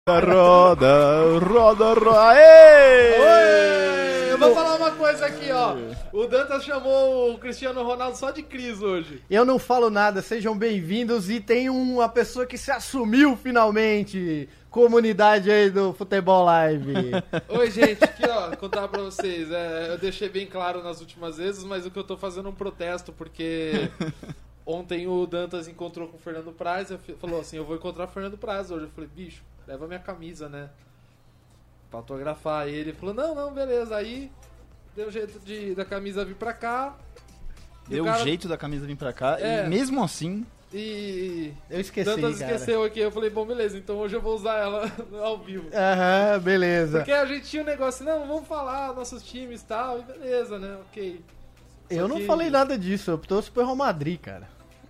Roda, roda, roda, aê! Oi! Eu vou falar uma coisa aqui, ó. O Dantas chamou o Cristiano Ronaldo só de Cris hoje. Eu não falo nada, sejam bem-vindos e tem uma pessoa que se assumiu finalmente. Comunidade aí do Futebol Live. Oi, gente, aqui ó, contar pra vocês. Eu deixei bem claro nas últimas vezes, mas o que eu tô fazendo é um protesto, porque ontem o Dantas encontrou com o Fernando Praz e falou assim, eu vou encontrar o Fernando Praz hoje. Eu falei, bicho, leva minha camisa, né? Pra autografar ele. Ele falou, não, beleza. Aí deu jeito da camisa vir pra cá. Deu jeito da camisa vir pra cá e mesmo assim... E eu esqueci, Dantas cara. esqueceu aqui, eu falei, bom, beleza, então hoje eu vou usar ela ao vivo. Aham, beleza. Porque a gente tinha um negócio, não, vamos falar nossos times e tal, e beleza, né, ok. Eu não falei nada disso, eu torço pro Real Madrid, cara.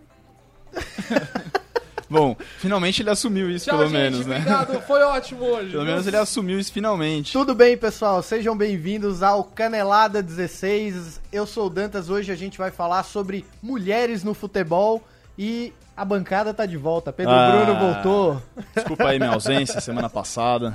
Bom, finalmente ele assumiu isso, Tchau, pelo gente, menos, né? Obrigado, foi ótimo hoje. Pelo menos ele assumiu isso finalmente. Tudo bem, pessoal, sejam bem-vindos ao Canelada 16. Eu sou o Dantas, hoje a gente vai falar sobre mulheres no futebol e a bancada tá de volta. Pedro Bruno voltou. Desculpa aí minha ausência semana passada.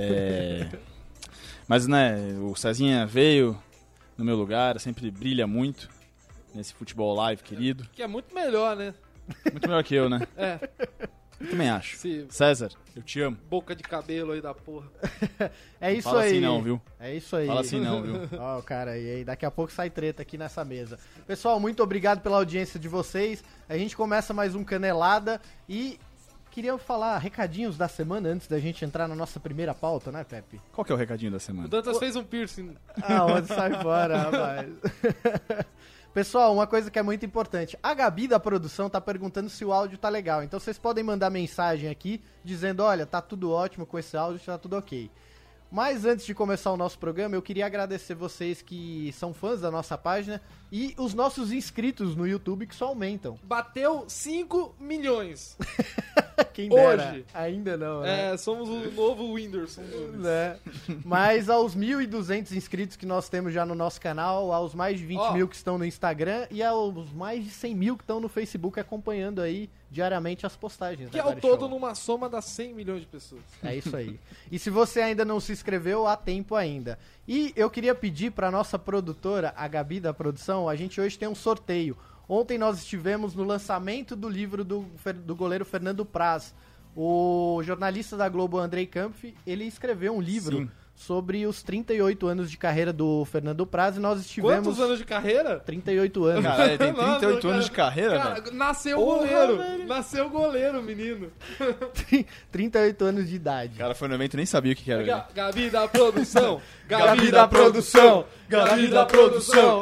Mas, né, o Cezinha veio no meu lugar, sempre brilha muito nesse futebol live, querido. Que é muito melhor, né? Muito melhor que eu, né? É. Eu também acho. Sim. César, eu te amo. Boca de cabelo aí da porra. É isso Fala aí. assim não, viu? É isso aí. Fala assim não, viu? Ó, cara, e aí daqui a pouco sai treta aqui nessa mesa. Pessoal, muito obrigado pela audiência de vocês. A gente começa mais um Canelada e queria falar recadinhos da semana antes da gente entrar na nossa primeira pauta, né, Pepe? Qual que é o recadinho da O semana? Dantas fez um piercing. Ah, onde sai fora, rapaz. Pessoal, uma coisa que é muito importante. A Gabi da produção tá perguntando se o áudio tá legal. Então vocês podem mandar mensagem aqui dizendo, olha, tá tudo ótimo com esse áudio, tá tudo ok. Mas antes de começar o nosso programa, eu queria agradecer vocês que são fãs da nossa página e os nossos inscritos no YouTube que só aumentam. Bateu 5 milhões. Quem dera. Hoje. Ainda não, né? Somos o novo Whindersson. Né? Mas aos 1.200 inscritos que nós temos já no nosso canal, aos mais de 20 mil que estão no Instagram e aos mais de 100 mil que estão no Facebook acompanhando aí diariamente as postagens. Que ao todo numa soma dá 100 milhões de pessoas. É isso aí. E se você ainda não se inscreveu, há tempo ainda. E eu queria pedir para nossa produtora, a Gabi da produção, a gente hoje tem um sorteio. Ontem nós estivemos no lançamento do livro do goleiro Fernando Praz. O jornalista da Globo, Andrei Kampf, ele escreveu um livro sobre os 38 anos de carreira do Fernando Praz e nós estivemos... Quantos anos de carreira? 38 anos. Caralho, tem 38 anos de carreira, cara, velho? nasceu goleiro. Nasceu goleiro, menino. 38 anos de idade. O cara foi no evento e nem sabia o que era. Né? Gabi da produção. Gabi da produção. Gabi da produção.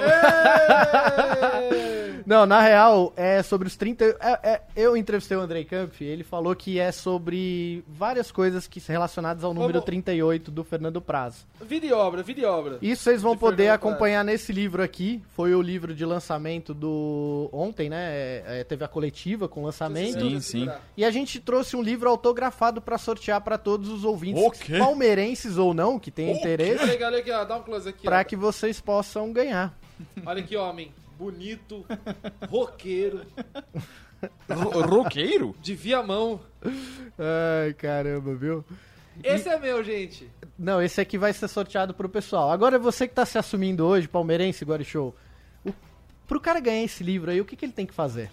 Não, na real, é sobre os 30... eu entrevistei o Andrei Kampf, ele falou que é sobre várias coisas relacionadas ao número 38 do Fernando Praz. Vida e obra. Isso vocês vão poder Fernando acompanhar nesse livro aqui. Foi o livro de lançamento do... Ontem, né? Teve a coletiva com o lançamento. Sim. E a gente trouxe um livro autografado pra sortear pra todos os ouvintes, quê? palmeirenses ou não, que tem interesse, Olha aqui, ó, dá um close aqui. pra Ó. que vocês possam ganhar. Olha aqui, homem. Bonito, roqueiro, Roqueiro? de Viamão. Ai, caramba, viu? Esse é meu, gente. Não, esse aqui vai ser sorteado pro pessoal. Agora, você que tá se assumindo hoje, palmeirense, Guarichou, pro cara ganhar esse livro aí, o que ele tem que fazer?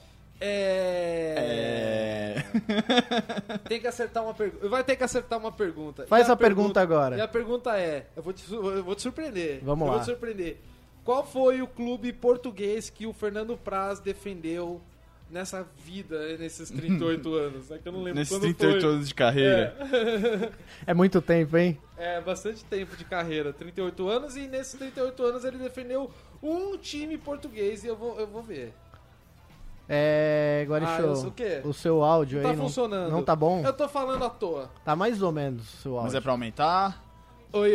Tem que acertar uma pergunta. Vai ter que acertar uma pergunta. Faz a pergunta agora. E a pergunta é... Eu vou te surpreender. Vamos lá. Vou te surpreender. Qual foi o clube português que o Fernando Praz defendeu nessa vida, nesses 38 anos? É que eu não lembro Nesses quando 38 foi. anos de carreira. É muito tempo, hein? É, bastante tempo de carreira. 38 anos e nesses 38 anos ele defendeu um time português e eu vou ver. Guarichou, o quê? o seu áudio Não aí tá funcionando. não tá bom? Eu tô falando à toa. Tá mais ou menos o seu áudio. Mas é pra aumentar. Oi.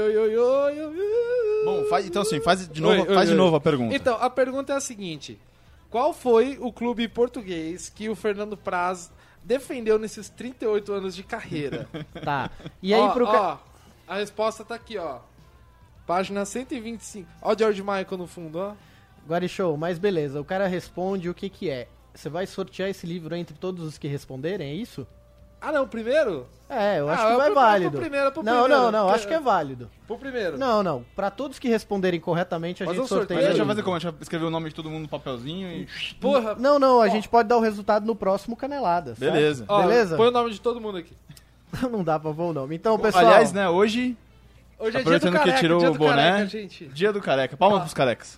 Bom, então assim, faz de novo, Oi. de novo a pergunta. Então, a pergunta é a seguinte. Qual foi o clube português que o Fernando Praz defendeu nesses 38 anos de carreira? Tá. E aí a resposta tá aqui, ó. Página 125. Ó o George Michael no fundo, ó. Guarichou, mas beleza, o cara responde o que é. Você vai sortear esse livro entre todos os que responderem, é isso? Ah, não, o primeiro? Eu acho que vai válido. Pro primeiro. Não, acho que é válido. Pro primeiro. Não. Pra todos que responderem corretamente, a gente sorteia. A gente vai fazer como? A gente vai escrever o nome de todo mundo no papelzinho e... Porra. Não, a gente pode dar o resultado no próximo Canelada. Beleza. Ó, Beleza? Põe o nome de todo mundo aqui. Não dá pra pôr o nome. Então, pessoal... Aliás, né, hoje é dia do aproveitando careca, que tirou dia o do boné, careca, gente. dia do careca. Palmas pros carecas.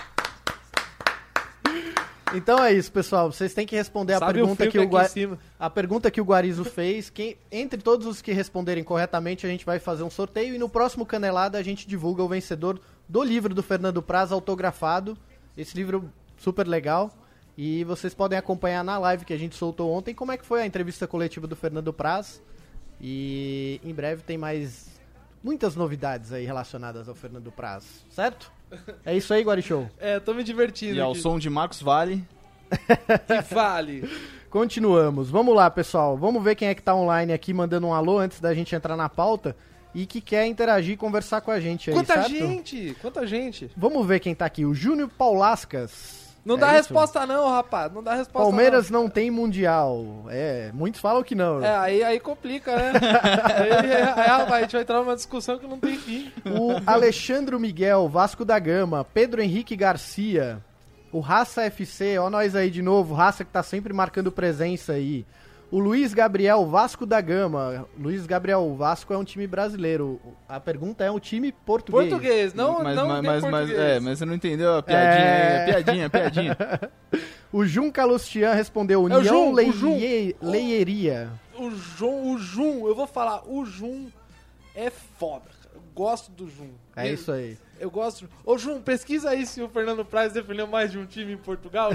Então é isso, pessoal. Vocês têm que responder a Sabe pergunta o fio que que é aqui em cima? a pergunta que o Guarizo fez. Entre todos os que responderem corretamente, a gente vai fazer um sorteio e no próximo Canelada a gente divulga o vencedor do livro do Fernando Praz autografado. Esse livro super legal. E vocês podem acompanhar na live que a gente soltou ontem como é que foi a entrevista coletiva do Fernando Praz. E em breve tem muitas novidades aí relacionadas ao Fernando Praz, certo? É isso aí, Guarichou. Tô me divertindo E ao aqui. som de Marcos Vale. E fale. Continuamos. Vamos lá, pessoal. Vamos ver quem é que tá online aqui mandando um alô antes da gente entrar na pauta e que quer interagir e conversar com a gente aí, certo? Quanta gente. Vamos ver quem tá aqui. O Júnior Paulascas. Não É dá isso? resposta não, rapaz. Não dá resposta Palmeiras não tem mundial. Muitos falam que não. não. Aí complica, né? Rapaz, a gente vai entrar numa discussão que não tem fim. O Alexandre Miguel, Vasco da Gama. Pedro Henrique Garcia. O Raça FC, ó nós aí de novo. Raça que tá sempre marcando presença aí. O Luiz Gabriel, Vasco da Gama. Luiz Gabriel, o Vasco é um time brasileiro. A pergunta é um time português. Português, não português. Mas você não entendeu a piadinha, é piadinha. O Jun Calustian respondeu É o Jun, Leieria. O Jun, eu vou falar, o Jun é foda, cara. Eu gosto do Jun. É isso aí. Eu gosto. Ô Jun, pesquisa aí se o Fernando Praz defendeu mais de um time em Portugal.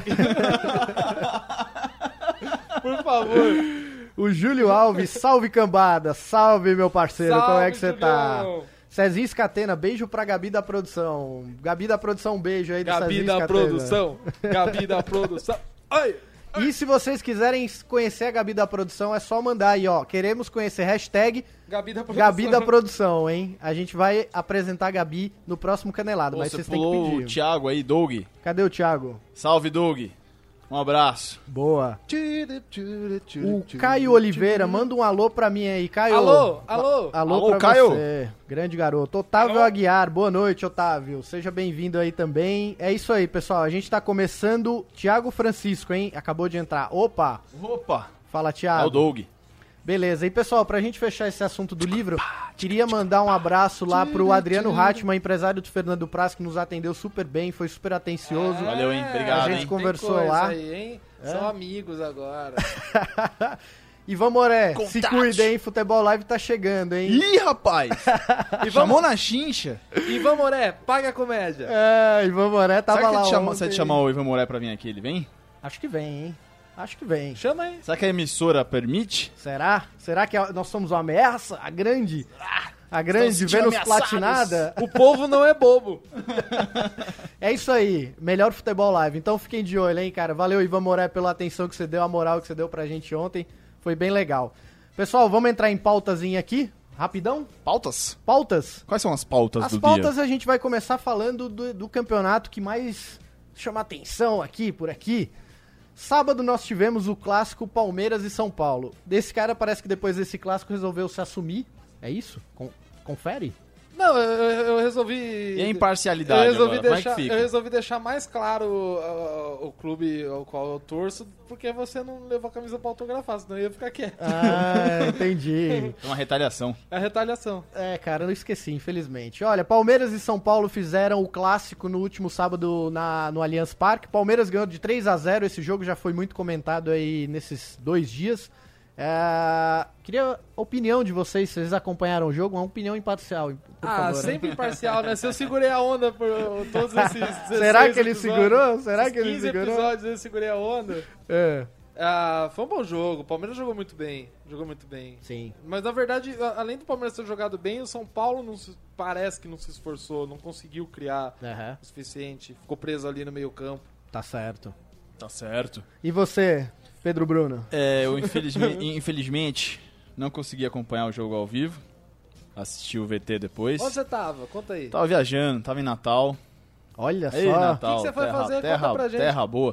Por favor. O Júlio Alves, salve cambada, salve meu parceiro, como é que você tá? Julião. Cezinho Scatena, beijo pra Gabi da produção. Gabi da produção, um beijo aí do Gabi Cezinho da Scatena. produção. Gabi da produção. Ai. E se vocês quiserem conhecer a Gabi da produção, é só mandar aí, ó. Queremos conhecer hashtag Gabi da produção. Gabi da produção, hein? A gente vai apresentar a Gabi no próximo Canelado, mas Você vocês têm que pulou o pedir. Thiago aí, Doug. Cadê o Thiago? Salve, Doug. Um abraço. Boa. O Caio Oliveira, manda um alô pra mim aí. Caio. Alô. Alô pra Caio. você. Grande garoto. Otávio Aguiar, boa noite, Otávio. Seja bem-vindo aí também. É isso aí, pessoal. A gente tá começando. Thiago Francisco, hein? Acabou de entrar. Opa. Fala, Thiago. É o Doug. Beleza. E, pessoal, pra gente fechar esse assunto do livro, queria mandar um abraço lá pro Adriano Hatman, empresário do Fernando Praz, que nos atendeu super bem, foi super atencioso. Valeu, hein? Obrigado, A gente hein? conversou Tem coisa lá. Aí, hein? São amigos agora. Ivan Moré, Contatos. se cuida, hein? Futebol Live tá chegando, hein? Ih, rapaz! Chamou na chincha. Ivan Moré, paga a comédia. Ivan Moré tava Será que lá se ontem. ele chamar o Ivan Moré pra vir aqui, ele vem? Acho que vem, hein? Acho que vem. Chama aí. Será que a emissora permite? Será? Será que nós somos uma ameaça? A grande Estão se sentindo Vênus ameaçados. platinada? O povo não é bobo. É isso aí, melhor Futebol Live. Então fiquem de olho, hein, cara. Valeu, Ivan Moré, pela atenção que você deu, a moral que você deu pra gente ontem. Foi bem legal. Pessoal, vamos entrar em pautazinha aqui? Rapidão? Pautas? Pautas? Quais são as pautas As do pautas dia? a gente vai começar falando do campeonato que mais chama atenção aqui, por aqui. Sábado nós tivemos o clássico Palmeiras e São Paulo. Desse cara parece que depois desse clássico resolveu se assumir. É isso? Confere? Não, eu resolvi... E a imparcialidade agora? Como é que fica? Eu resolvi deixar mais claro o clube ao qual eu torço, porque você não levou a camisa pra autografar, senão eu ia ficar quieto. Ah, entendi. É uma retaliação. É a retaliação. É, cara, eu esqueci, infelizmente. Olha, Palmeiras e São Paulo fizeram o clássico no último sábado no Allianz Parque. Palmeiras ganhou de 3-0, esse jogo já foi muito comentado aí nesses 2 dias. Queria a opinião de vocês, vocês acompanharam o jogo? Uma opinião imparcial, por favor. Sempre imparcial, né? Se eu segurei a onda por todos esses 16 Será que ele episódios, segurou? Será esses que ele 15 segurou? episódios eu segurei a onda. É, Foi um bom jogo, o Palmeiras jogou muito bem. sim. Mas na verdade, além do Palmeiras ter jogado bem, o São Paulo parece que não se esforçou, não conseguiu criar Aham, o suficiente, ficou preso ali no meio campo. tá certo. Tá certo. E você, Pedro Bruno? Eu infelizmente não consegui acompanhar o jogo ao vivo. Assisti o VT depois. Onde você tava? Conta aí. Tava viajando, tava em Natal. Olha Ei, só. Natal, O que você foi terra, fazer? terra, Conta pra gente. terra boa.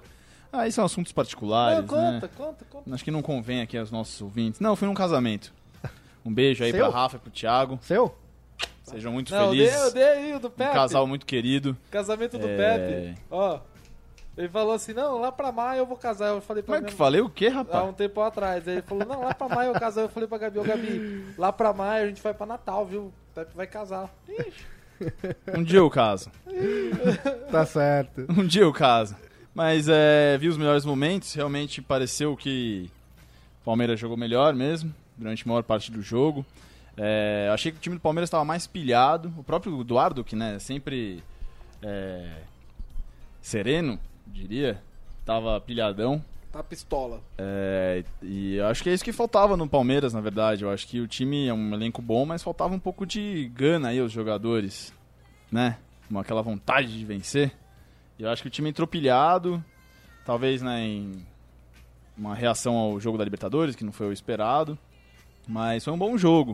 Aí são assuntos particulares, Não, né? conta. Acho que não convém aqui aos nossos ouvintes. Não, eu fui num casamento. Um beijo aí Seu? pra Rafa e pro Thiago. Seu? Sejam muito Não, felizes. eu dei o do Um Pepe. casal muito querido. Casamento do É. Pepe. Ó, ele falou assim, não, lá pra maio eu vou casar. Eu falei pra Como é que falei o quê, há rapaz? um tempo atrás. Aí ele falou, não, lá pra maio eu casar. Eu falei pra Gabi, ô Gabi, lá pra maio a gente vai pra Natal, viu? O Pepe vai casar. Ixi. Um dia eu caso. Tá certo. Um dia eu caso. Mas vi os melhores momentos. Realmente pareceu que o Palmeiras jogou melhor mesmo, durante a maior parte do jogo. Eu achei que o time do Palmeiras estava mais pilhado. O próprio Eduardo, que né, sempre sereno, diria, estava pilhadão. Tá pistola. E eu acho que é isso que faltava no Palmeiras, na verdade. Eu acho que o time é um elenco bom, mas faltava um pouco de gana aí aos jogadores, né? Aquela vontade de vencer. E eu acho que o time entrou pilhado, talvez né, em uma reação ao jogo da Libertadores, que não foi o esperado, mas foi um bom jogo.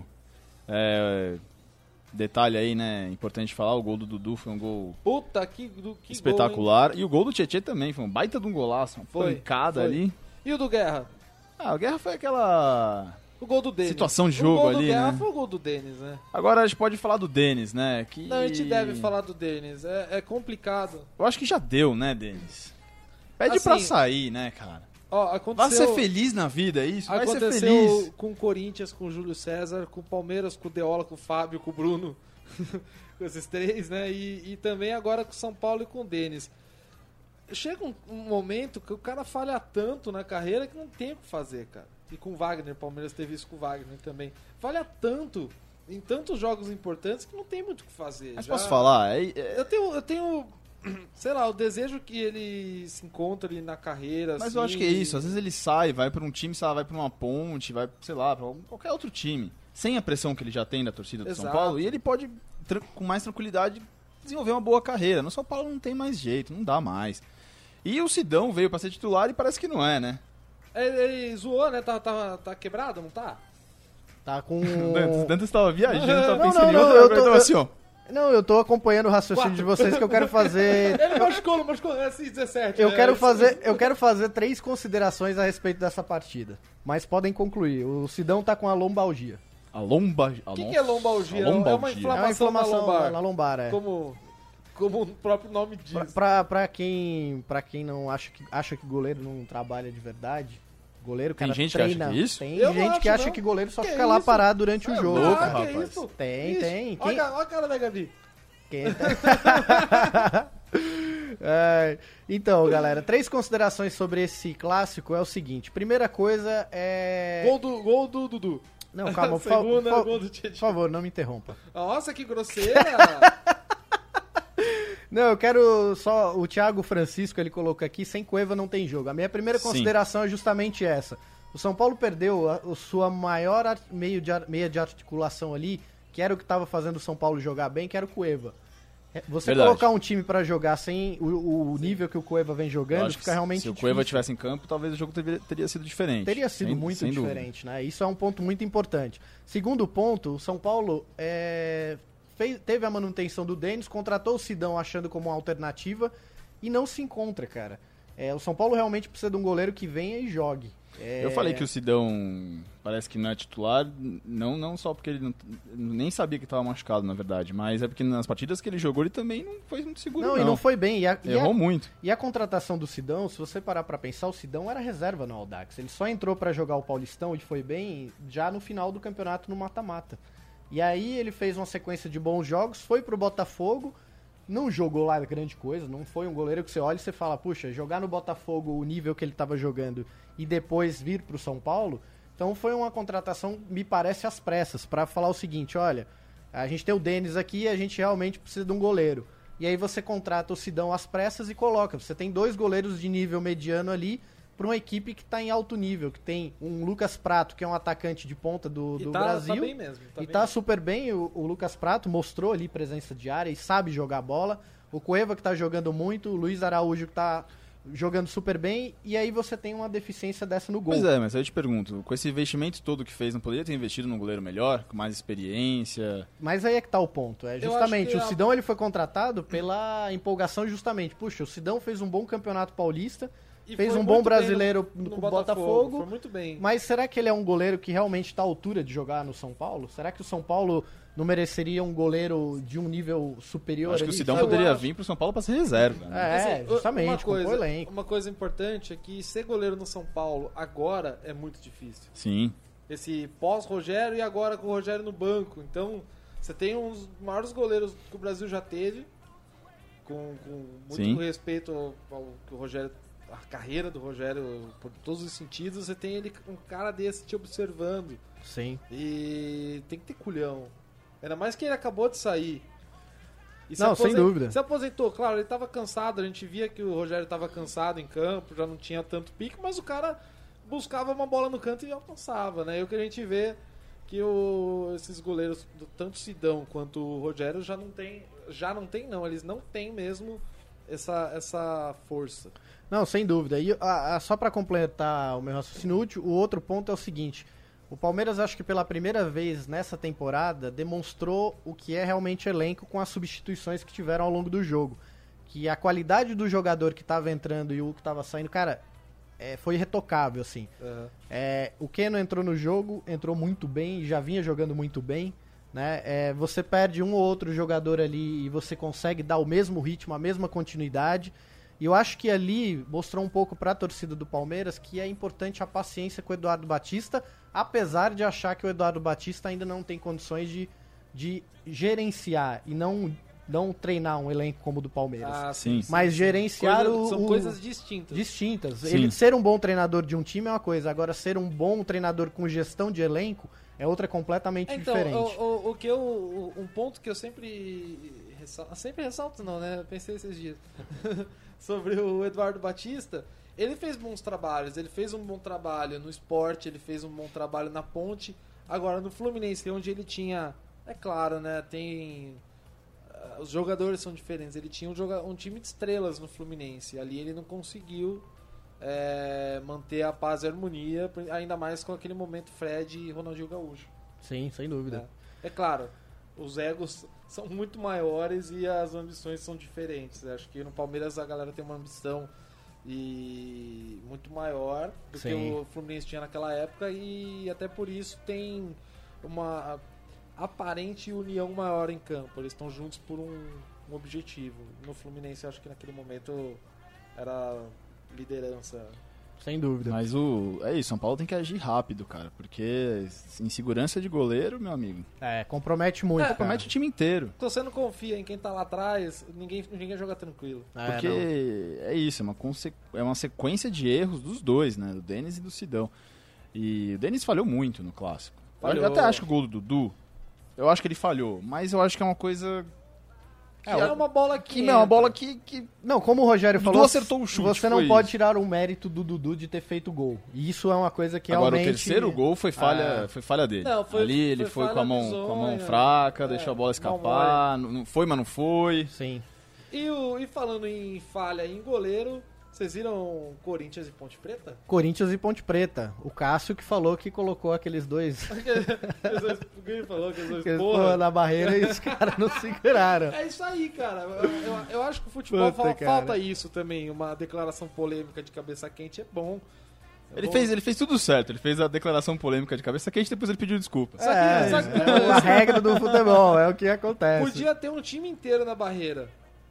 Detalhe aí, né, importante falar, o gol do Dudu foi um gol Puta, que espetacular. E o gol do Tietê também, foi um baita de um golaço, uma pancada foi. ali. E o do Guerra? O Guerra foi aquela O gol do Denis. situação de jogo O gol do ali, Guerra né? foi o gol do Denis, né? Agora a gente pode falar do Denis, né? Que... Não, a gente deve falar do Denis. É complicado. Eu acho que já deu, né, Denis? Pede Assim, pra sair, né, cara? Ó, Vai aconteceu... ser feliz na vida, é isso? Vai ser Aconteceu feliz. com o Corinthians, com o Júlio César, com o Palmeiras, com o Deola, com o Fábio, com o Bruno, com esses três, né? E também agora com o São Paulo e com o Denis. Chega um momento que o cara falha tanto na carreira que não tem o que fazer, cara. E com o Wagner, o Palmeiras teve isso com o Wagner também. Falha tanto em tantos jogos importantes que não tem muito o que fazer. Mas posso falar? Eu tenho, sei lá, o desejo que ele se encontre na carreira. Mas assim, eu acho que é isso. Às vezes ele sai, vai pra um time, sei lá, vai pra uma ponte, vai, sei lá, pra qualquer outro time. Sem a pressão que ele já tem da torcida do São Exato. Paulo. E ele pode, com mais tranquilidade, desenvolver uma boa carreira. No São Paulo não tem mais jeito, não dá mais. E o Sidão veio pra ser titular e parece que não é, né? Ele zoou, né? Tá quebrado, não tá? Tá com... Dantas tava viajando, tava Não, pensando não, em não, outra, eu agora tô- tava assim, ó. Não, eu tô acompanhando o raciocínio de vocês que eu quero fazer... Ele machucou, é assim, 17. Eu né? quero fazer 3 considerações a respeito dessa partida. Mas podem concluir. O Sidão tá com a lombalgia. A lomba... O que é lombalgia? É uma inflamação, É uma inflamação na lombar. na lombar, é. Como o próprio nome diz. Pra quem não acha que goleiro não trabalha de verdade, goleiro, Tem cara, gente que acha treina. que é isso? Tem Eu não gente acho, que acha não. que goleiro só Que fica lá isso? parado durante o jogo. louco, cara. rapaz. Que isso? Tem, Ixi, tem. Olha a cara da Gabi. Quem então, galera, 3 considerações sobre esse clássico é o seguinte. Primeira coisa é... Gol do Dudu. Não, calma, Segunda, gol do por Tietchan. favor, não me interrompa. Nossa, que grosseira. Não, eu quero só... O Thiago Francisco, ele colocou aqui, sem Cueva não tem jogo. A minha primeira Sim. consideração é justamente essa. O São Paulo perdeu a sua maior meia de articulação ali, que era o que estava fazendo o São Paulo jogar bem, que era o Cueva. Você Verdade. colocar um time pra jogar sem o nível que o Cueva vem Eu jogando, acho que fica realmente se o difícil. Cueva estivesse em campo, talvez o jogo teria sido diferente. Teria sido Sem- muito sem dúvida. diferente, né? Isso é um ponto muito importante. Segundo ponto, o São Paulo teve a manutenção do Denis, contratou o Sidão achando como uma alternativa e não se encontra, cara. O São Paulo realmente precisa de um goleiro que venha e jogue. Eu falei que o Sidão parece que não é titular, não só porque ele nem sabia que estava machucado, na verdade, mas é porque nas partidas que ele jogou ele também não foi muito seguro, Não, e não foi bem. Errou muito. E a contratação do Sidão, se você parar pra pensar, o Sidão era reserva no Audax. Ele só entrou pra jogar o Paulistão e foi bem já no final do campeonato no mata-mata. E aí ele fez uma sequência de bons jogos, foi pro Botafogo, não jogou lá grande coisa, não foi um goleiro que você olha e você fala, puxa, jogar no Botafogo o nível que ele tava jogando e depois vir pro São Paulo, então foi uma contratação, me parece, às pressas, pra falar o seguinte, olha, a gente tem o Denis aqui, a gente realmente precisa de um goleiro. E aí você contrata o Sidão às pressas e coloca. Você tem 2 goleiros de nível mediano ali para uma equipe que está em alto nível, que tem um Lucas Prato, que é um atacante de ponta do Brasil. Tá bem mesmo. Tá super bem, o Lucas Prato mostrou ali presença de área e sabe jogar bola. O Cueva que tá jogando muito, o Luiz Araújo que tá jogando super bem, e aí você tem uma deficiência dessa no gol. Pois é, mas aí eu te pergunto, com esse investimento todo que fez, não poderia ter investido num goleiro melhor, com mais experiência? Mas aí é que tá o ponto. É Eu justamente, acho que o Sidão ele foi contratado pela empolgação justamente. Puxa, o Sidão fez um bom campeonato paulista, E fez foi um bom muito bem brasileiro no com o Botafogo. Foi muito bem. Mas será que ele é um goleiro que realmente está à altura de jogar no São Paulo? Será que o São Paulo não mereceria um goleiro de um nível superior? Acho que o ali? Sidão Eu poderia acho. vir pro São Paulo pra ser reserva. Né? Assim, Justamente, compor elenco. uma coisa importante é que ser goleiro no São Paulo agora é muito difícil. Sim. Esse pós-Rogério e agora com o Rogério no banco. Então, você tem um dos maiores goleiros que o Brasil já teve, com muito Sim. respeito ao que o Rogério, a carreira do Rogério, por todos os sentidos. Você tem ele, um cara desse te observando. Sim. E tem que ter culhão. Ainda mais que ele acabou de sair. E Não, sem dúvida. Se aposentou, claro, ele estava cansado. A gente via que o Rogério estava cansado em campo, já não tinha tanto pique, mas o cara buscava uma bola no canto e alcançava, né? E o que a gente vê que esses goleiros, tanto Sidão quanto o Rogério, não, eles não têm mesmo essa força. Não, sem dúvida. E só para completar o meu raciocínio útil, o outro ponto é o seguinte: o Palmeiras, acho que pela primeira vez nessa temporada, demonstrou o que é realmente elenco com as substituições que tiveram ao longo do jogo. Que a qualidade do jogador que estava entrando e o que estava saindo, cara, foi irretocável, assim. Uhum. O Keno entrou no jogo, entrou muito bem, já vinha jogando muito bem, né? Você perde um ou outro jogador ali e você consegue dar o mesmo ritmo, a mesma continuidade. E eu acho que ali mostrou um pouco para a torcida do Palmeiras que é importante a paciência com o Eduardo Batista, apesar de achar que o Eduardo Batista ainda não tem condições de gerenciar e não treinar um elenco como o do Palmeiras. Ah, Sim. Mas gerenciar são coisas distintas. distintas. Sim. Ele ser um bom treinador de um time é uma coisa, agora ser um bom treinador com gestão de elenco é outra completamente Então, diferente. um ponto que eu sempre ressalto não, né? Eu pensei esses dias sobre o Eduardo Batista. Ele fez bons trabalhos, ele fez um bom trabalho no Sport, ele fez um bom trabalho na Ponte. Agora no Fluminense, onde ele tinha, é claro, né? Os jogadores são diferentes. Ele tinha um time de estrelas no Fluminense. Ali ele não conseguiu manter a paz e a harmonia, ainda mais com aquele momento Fred e Ronaldinho Gaúcho. Sim, sem dúvida. É claro, os egos são muito maiores e as ambições são diferentes. Acho que no Palmeiras a galera tem uma ambição muito maior do que Sim. o Fluminense tinha naquela época, e até por isso tem uma aparente união maior em campo. Eles estão juntos por um objetivo. No Fluminense, acho que naquele momento era liderança. Sem dúvida. Mas é isso, São Paulo tem que agir rápido, cara, porque insegurança de goleiro, meu amigo, Compromete muito. cara. promete o time inteiro. Se você não confia em quem tá lá atrás, ninguém joga tranquilo. Porque é isso, é uma sequência de erros dos dois, né? Do Denis e do Sidão. E o Denis falhou muito no clássico. Falhou. Eu até acho que o gol do Dudu, eu acho que ele falhou, mas eu acho que é uma coisa... É uma bola Que é uma bola que Não, como o Rogério O Dudu falou, acertou o chute, você não foi pode isso. tirar o mérito do Dudu de ter feito o gol. E isso é uma coisa que Agora, realmente... o terceiro gol foi falha dele. Não, Ali ele foi com a mão bizonha. fraca, deixou a bola escapar, não foi, mas não foi. Sim. E falando em falha em goleiro, vocês viram Corinthians e Ponte Preta? Corinthians e Ponte Preta. O Cássio que falou que colocou aqueles dois Quem falou que eles aqueles porra? porra na barreira e os caras não seguraram. É isso aí, cara. Eu acho que o futebol Puta, cara. falta isso também. Uma declaração polêmica de cabeça quente é bom. Ele fez tudo certo, ele fez a declaração polêmica de cabeça quente, depois ele pediu desculpa. Só que A regra do futebol, é o que acontece. podia ter um time inteiro na barreira.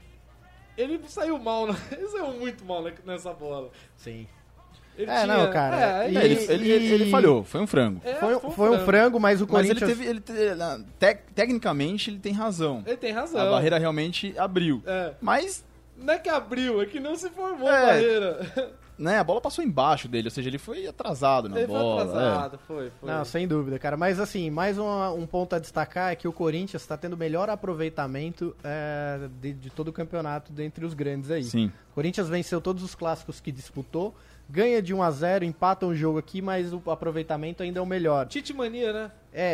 Ele saiu mal, ele saiu muito mal nessa bola. Sim. Ele não, cara. Ele falhou, foi um frango. Foi um frango, mas o Mas Corinthians... tecnicamente ele tem razão. Ele tem razão. A barreira realmente abriu. Mas, Não é que abriu, é que não se formou É. a barreira. né, a bola passou embaixo dele, ou seja, ele foi atrasado na Ele bola. foi atrasado, foi. Não, sem dúvida, cara. Mas assim, mais um ponto a destacar é que o Corinthians está tendo o melhor aproveitamento de todo o campeonato dentre os grandes aí. Sim. O Corinthians venceu todos os clássicos que disputou, ganha de 1-0, empata um jogo aqui, mas o aproveitamento ainda é o melhor. Tite mania, né?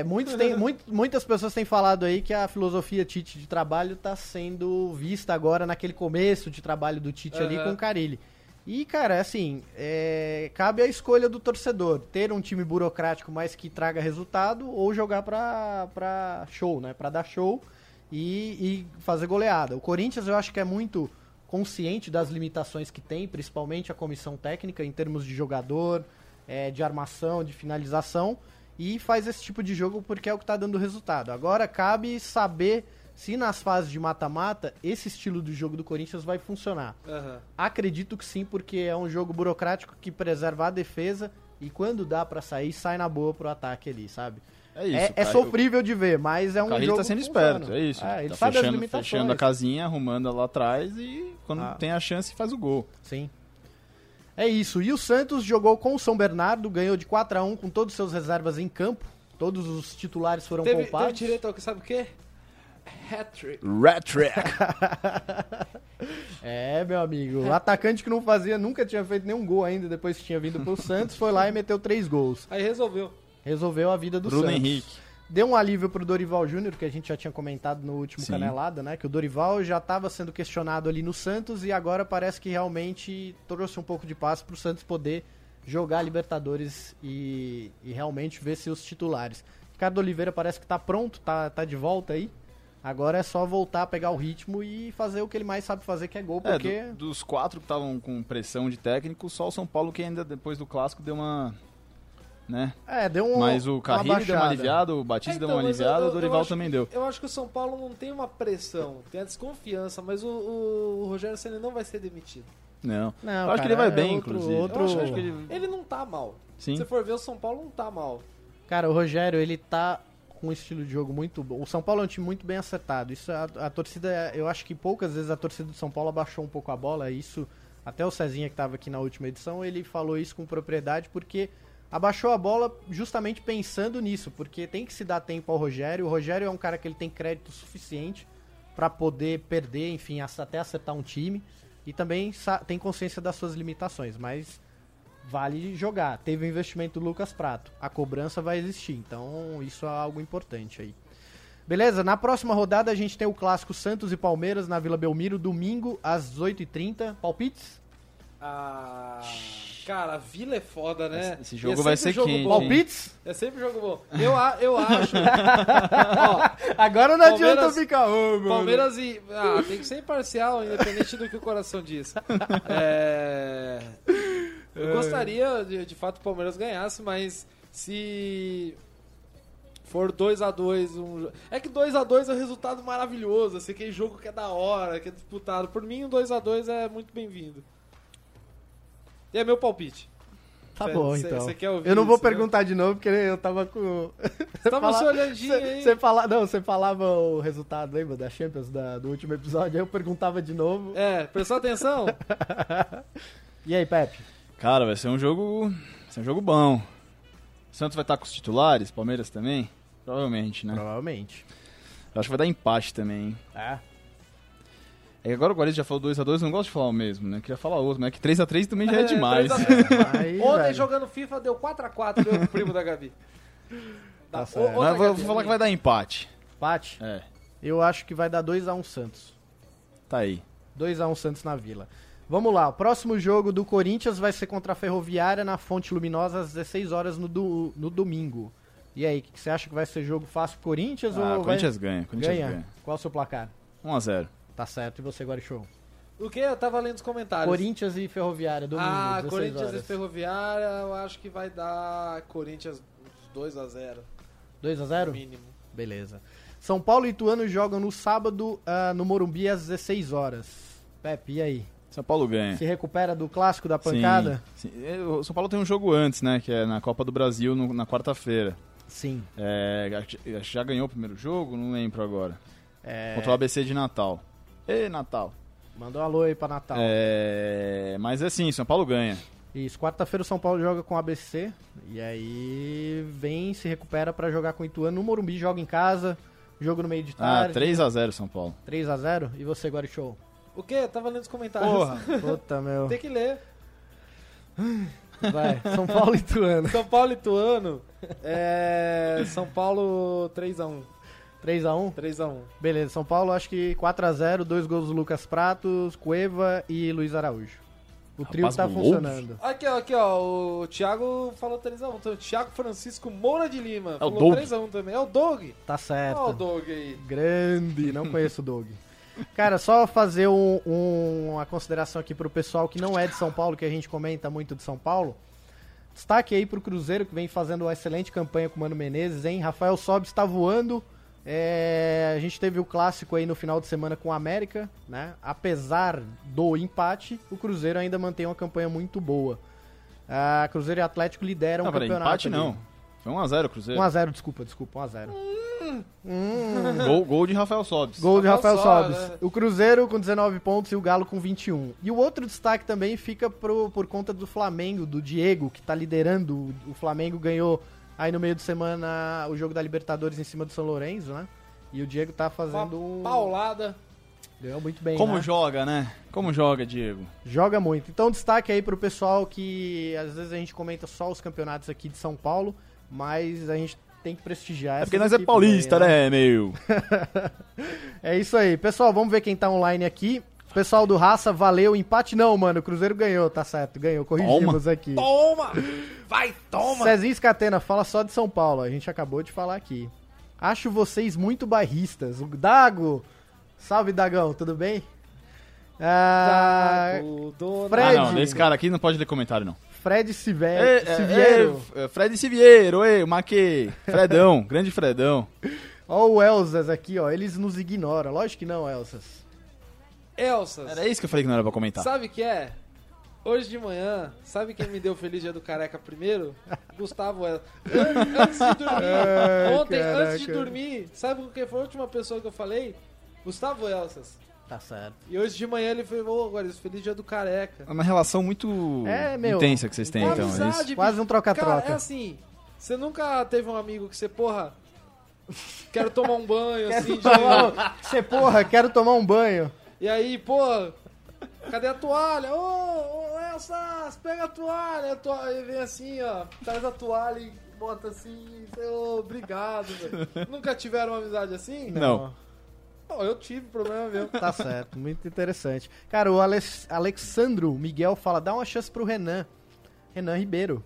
Muitas pessoas têm falado aí que a filosofia Tite de trabalho está sendo vista agora naquele começo de trabalho do Tite ali com o Carille. E, cara, assim, cabe a escolha do torcedor, ter um time burocrático, mas que traga resultado, ou jogar pra show, né? Pra dar show e fazer goleada. O Corinthians eu acho que é muito consciente das limitações que tem, principalmente a comissão técnica em termos de jogador, de armação, de finalização, e faz esse tipo de jogo porque é o que está dando resultado. Agora cabe saber se nas fases de mata-mata esse estilo de jogo do Corinthians vai funcionar. Aham. Acredito que sim, porque é um jogo burocrático que preserva a defesa e quando dá pra sair, sai na boa pro ataque ali, sabe? É isso. É sofrível de ver, mas é um Carrilho jogo tá sendo que funciona. esperto, é isso. Ele Tá sabe as limitações. fechando a casinha, arrumando ela lá atrás e quando tem a chance faz o gol. Sim. É isso. E o Santos jogou com o São Bernardo, ganhou de 4-1 com todos os seus reservas em campo. Todos os titulares foram Teve poupados. direito ao que sabe o quê? Hat-trick. Rat Track. Meu amigo. O atacante que não fazia, nunca tinha feito nenhum gol ainda depois que tinha vindo pro Santos, foi lá e meteu 3 gols. Aí resolveu. Resolveu a vida do Bruno Santos. Henrique. Deu um alívio pro Dorival Júnior, que a gente já tinha comentado no último Sim. Canelada, né? Que o Dorival já estava sendo questionado ali no Santos e agora parece que realmente trouxe um pouco de paz pro Santos poder jogar Libertadores e realmente ver seus titulares. Ricardo Oliveira parece que tá pronto, tá de volta aí. Agora é só voltar a pegar o ritmo e fazer o que ele mais sabe fazer, que é gol, porque... Dos 4 que estavam com pressão de técnico, só o São Paulo que ainda depois do Clássico deu uma... né? Deu um. Mas o Carrilho deu uma aliviada, o Batista deu uma mas aliviada, o eu Dorival acho também que- deu. Eu acho que o São Paulo não tem uma pressão, tem a desconfiança, mas o Rogério Ceni não vai ser demitido. Não. Não, Eu acho que cara, ele vai é bem, outro- inclusive. outro- Eu acho que ele... Ele não tá mal. Sim. Se for ver, o São Paulo não tá mal. Cara, o Rogério, ele tá com um estilo de jogo muito bom. O São Paulo é um time muito bem acertado. Isso a torcida, eu acho que poucas vezes a torcida do São Paulo abaixou um pouco a bola. Isso, até o Cezinha que tava aqui na última edição, ele falou isso com propriedade porque abaixou a bola justamente pensando nisso, porque tem que se dar tempo ao Rogério. O Rogério é um cara que ele tem crédito suficiente pra poder perder, enfim, até acertar um time. E também tem consciência das suas limitações, mas vale jogar. Teve o investimento do Lucas Prato. A cobrança vai existir, então isso é algo importante aí. Beleza? Na próxima rodada a gente tem o clássico Santos e Palmeiras na Vila Belmiro, domingo às 18h30. Palpites? Cara, a Vila é foda, né? Esse jogo E é vai sempre ser jogo quente, bom. Palpites? É sempre jogo bom. Eu acho. Ó, Agora não adianta Palmeiras- ficar... "Ô, mano." Palmeiras e. Tem que ser imparcial, independente do que o coração diz. Eu gostaria, de fato, que o Palmeiras ganhasse, mas se for 2x2. É que 2x2 é um resultado maravilhoso, assim, aquele jogo que é da hora, que é disputado. Por mim, um 2x2 é muito bem-vindo. E é meu palpite. Tá bom, Cê- então. cê quer ouvir Eu não vou isso, né? perguntar de novo, porque eu tava com... Você tava se olhandinho aí. Você falava o resultado, lembra, da Champions do último episódio, aí eu perguntava de novo. Prestou atenção? E aí, Pepe? Cara, vai ser um jogo bom. O Santos vai estar com os titulares, Palmeiras também? Provavelmente, né? Provavelmente. Eu acho que vai dar empate também, hein? É que agora o Guarani já falou 2x2, eu não gosto de falar o mesmo, né? Queria falar outro, mas é que 3x3 também já é demais. 3x3. Aí, Ontem velho, jogando FIFA deu 4x4, meu primo da Gabi. Tá certo. Mas vou falar que vai dar empate. empate. É, Eu acho que vai dar 2x1 Santos. tá aí. 2x1 Santos na Vila. Vamos lá, o próximo jogo do Corinthians vai ser contra a Ferroviária na Fonte Luminosa às 16 horas no domingo. E aí, o que você acha que vai ser jogo fácil pro Corinthians ou O Corinthians vai... ganha. Corinthians ganha. Qual é o seu placar? 1x0. Tá certo, e você, Guarichou? O que? Eu tava lendo os comentários. Corinthians e Ferroviária, domingo, 16 Corinthians horas. e Ferroviária, eu acho que vai dar Corinthians 2x0, 2x0? mínimo. Beleza. São Paulo e Ituano jogam no sábado no Morumbi às 16 horas. Pepe, e aí? São Paulo ganha. Se recupera do clássico da pancada? Sim. O São Paulo tem um jogo antes, né? Que é na Copa do Brasil, na quarta-feira. Sim. Já ganhou o primeiro jogo? Não lembro agora. É, Contra o ABC de Natal. Ei, Natal. mandou um alô aí pra Natal. Mas é assim, São Paulo ganha. Isso, quarta-feira o São Paulo joga com o ABC. E aí se recupera pra jogar com o Ituano no Morumbi, joga em casa, jogo no meio de tarde. 3x0 São Paulo. 3x0. E você, Guarichou? O que? Eu tava lendo os comentários. Porra. Puta, meu. Tem que ler. Vai, São Paulo e Ituano. São Paulo e Ituano. São Paulo 3x1. 3x1? 3x1. Beleza, São Paulo acho que 4x0, 2 gols do Lucas Pratos, Cueva e Luiz Araújo. O trio Rapaz, tá gol. funcionando. Aqui, ó. O Thiago falou 3x1. Então, o Thiago Francisco Moura de Lima. É o falou Doug. 3x1 também. É o Doug. Tá certo. Ó o Doug aí. Grande, não conheço o Doug. Cara, só fazer uma consideração aqui pro pessoal que não é de São Paulo, que a gente comenta muito de São Paulo. Destaque aí pro Cruzeiro, que vem fazendo uma excelente campanha com o Mano Menezes, hein? Rafael Sobis está voando. A gente teve o clássico aí no final de semana com o América, né? Apesar do empate, o Cruzeiro ainda mantém uma campanha muito boa. Cruzeiro e Atlético lideram o campeonato. Empate ali. não. Foi 1x0 o Cruzeiro. 1x0, desculpa, 1x0. Gol de Rafael Sobis. Gol de Rafael Rafael Sobis. Sobis, né? O Cruzeiro com 19 pontos e o Galo com 21. E o outro destaque também fica por conta do Flamengo, do Diego, que tá liderando. O Flamengo ganhou aí no meio de semana o jogo da Libertadores em cima do São Lourenço, né? E o Diego tá fazendo Uma paulada. Ganhou muito bem, Como né? joga, né? Como joga, Diego? Joga muito. Então destaque aí pro pessoal que às vezes a gente comenta só os campeonatos aqui de São Paulo, mas a gente tem que prestigiar É essas porque nós é equipes paulista, aí, né, meu? É isso aí. Pessoal, vamos ver quem tá online aqui. Pessoal do Raça, valeu. Empate não, mano. O Cruzeiro ganhou, tá certo. Ganhou, corrigimos aqui. Toma! Vai, toma! Cezinho Scatena, fala só de São Paulo. A gente acabou de falar aqui. Acho vocês muito bairristas. O Dago. Salve, Dagão, tudo bem? Zago, dona- Fred. Ah, não, desse cara aqui não pode ler comentário, não. Fred Siviero. Fred Siviero, Maquei. Fredão, grande Fredão. Ó o Elzas aqui, ó. Eles nos ignoram. Lógico que não, Elzas. Elsas, Era isso que eu falei que não era pra comentar. sabe o que é? Hoje de manhã, sabe quem me deu feliz dia do careca primeiro? Gustavo Elsas. Antes de dormir, Ai, ontem, caraca. antes de dormir, sabe quem foi a última pessoa que eu falei? Gustavo Elsas. Tá certo. E hoje de manhã ele falou, agora, feliz dia do careca. É uma relação muito meu, intensa que vocês têm, Uma então. É isso. amizade, Quase um troca-troca. Cara, é assim, você nunca teve um amigo que você, porra, quero tomar um banho, assim, Você, porra, quero tomar um banho. E aí, pô, cadê a toalha? Ô, Elsas, pega a toalha. E vem assim, ó, traz a toalha e bota assim, ô, obrigado, velho. Nunca tiveram uma amizade assim? Não. Não, eu tive, problema meu. Tá certo, muito interessante. Cara, o Alexandro Miguel fala, dá uma chance pro Renan Ribeiro.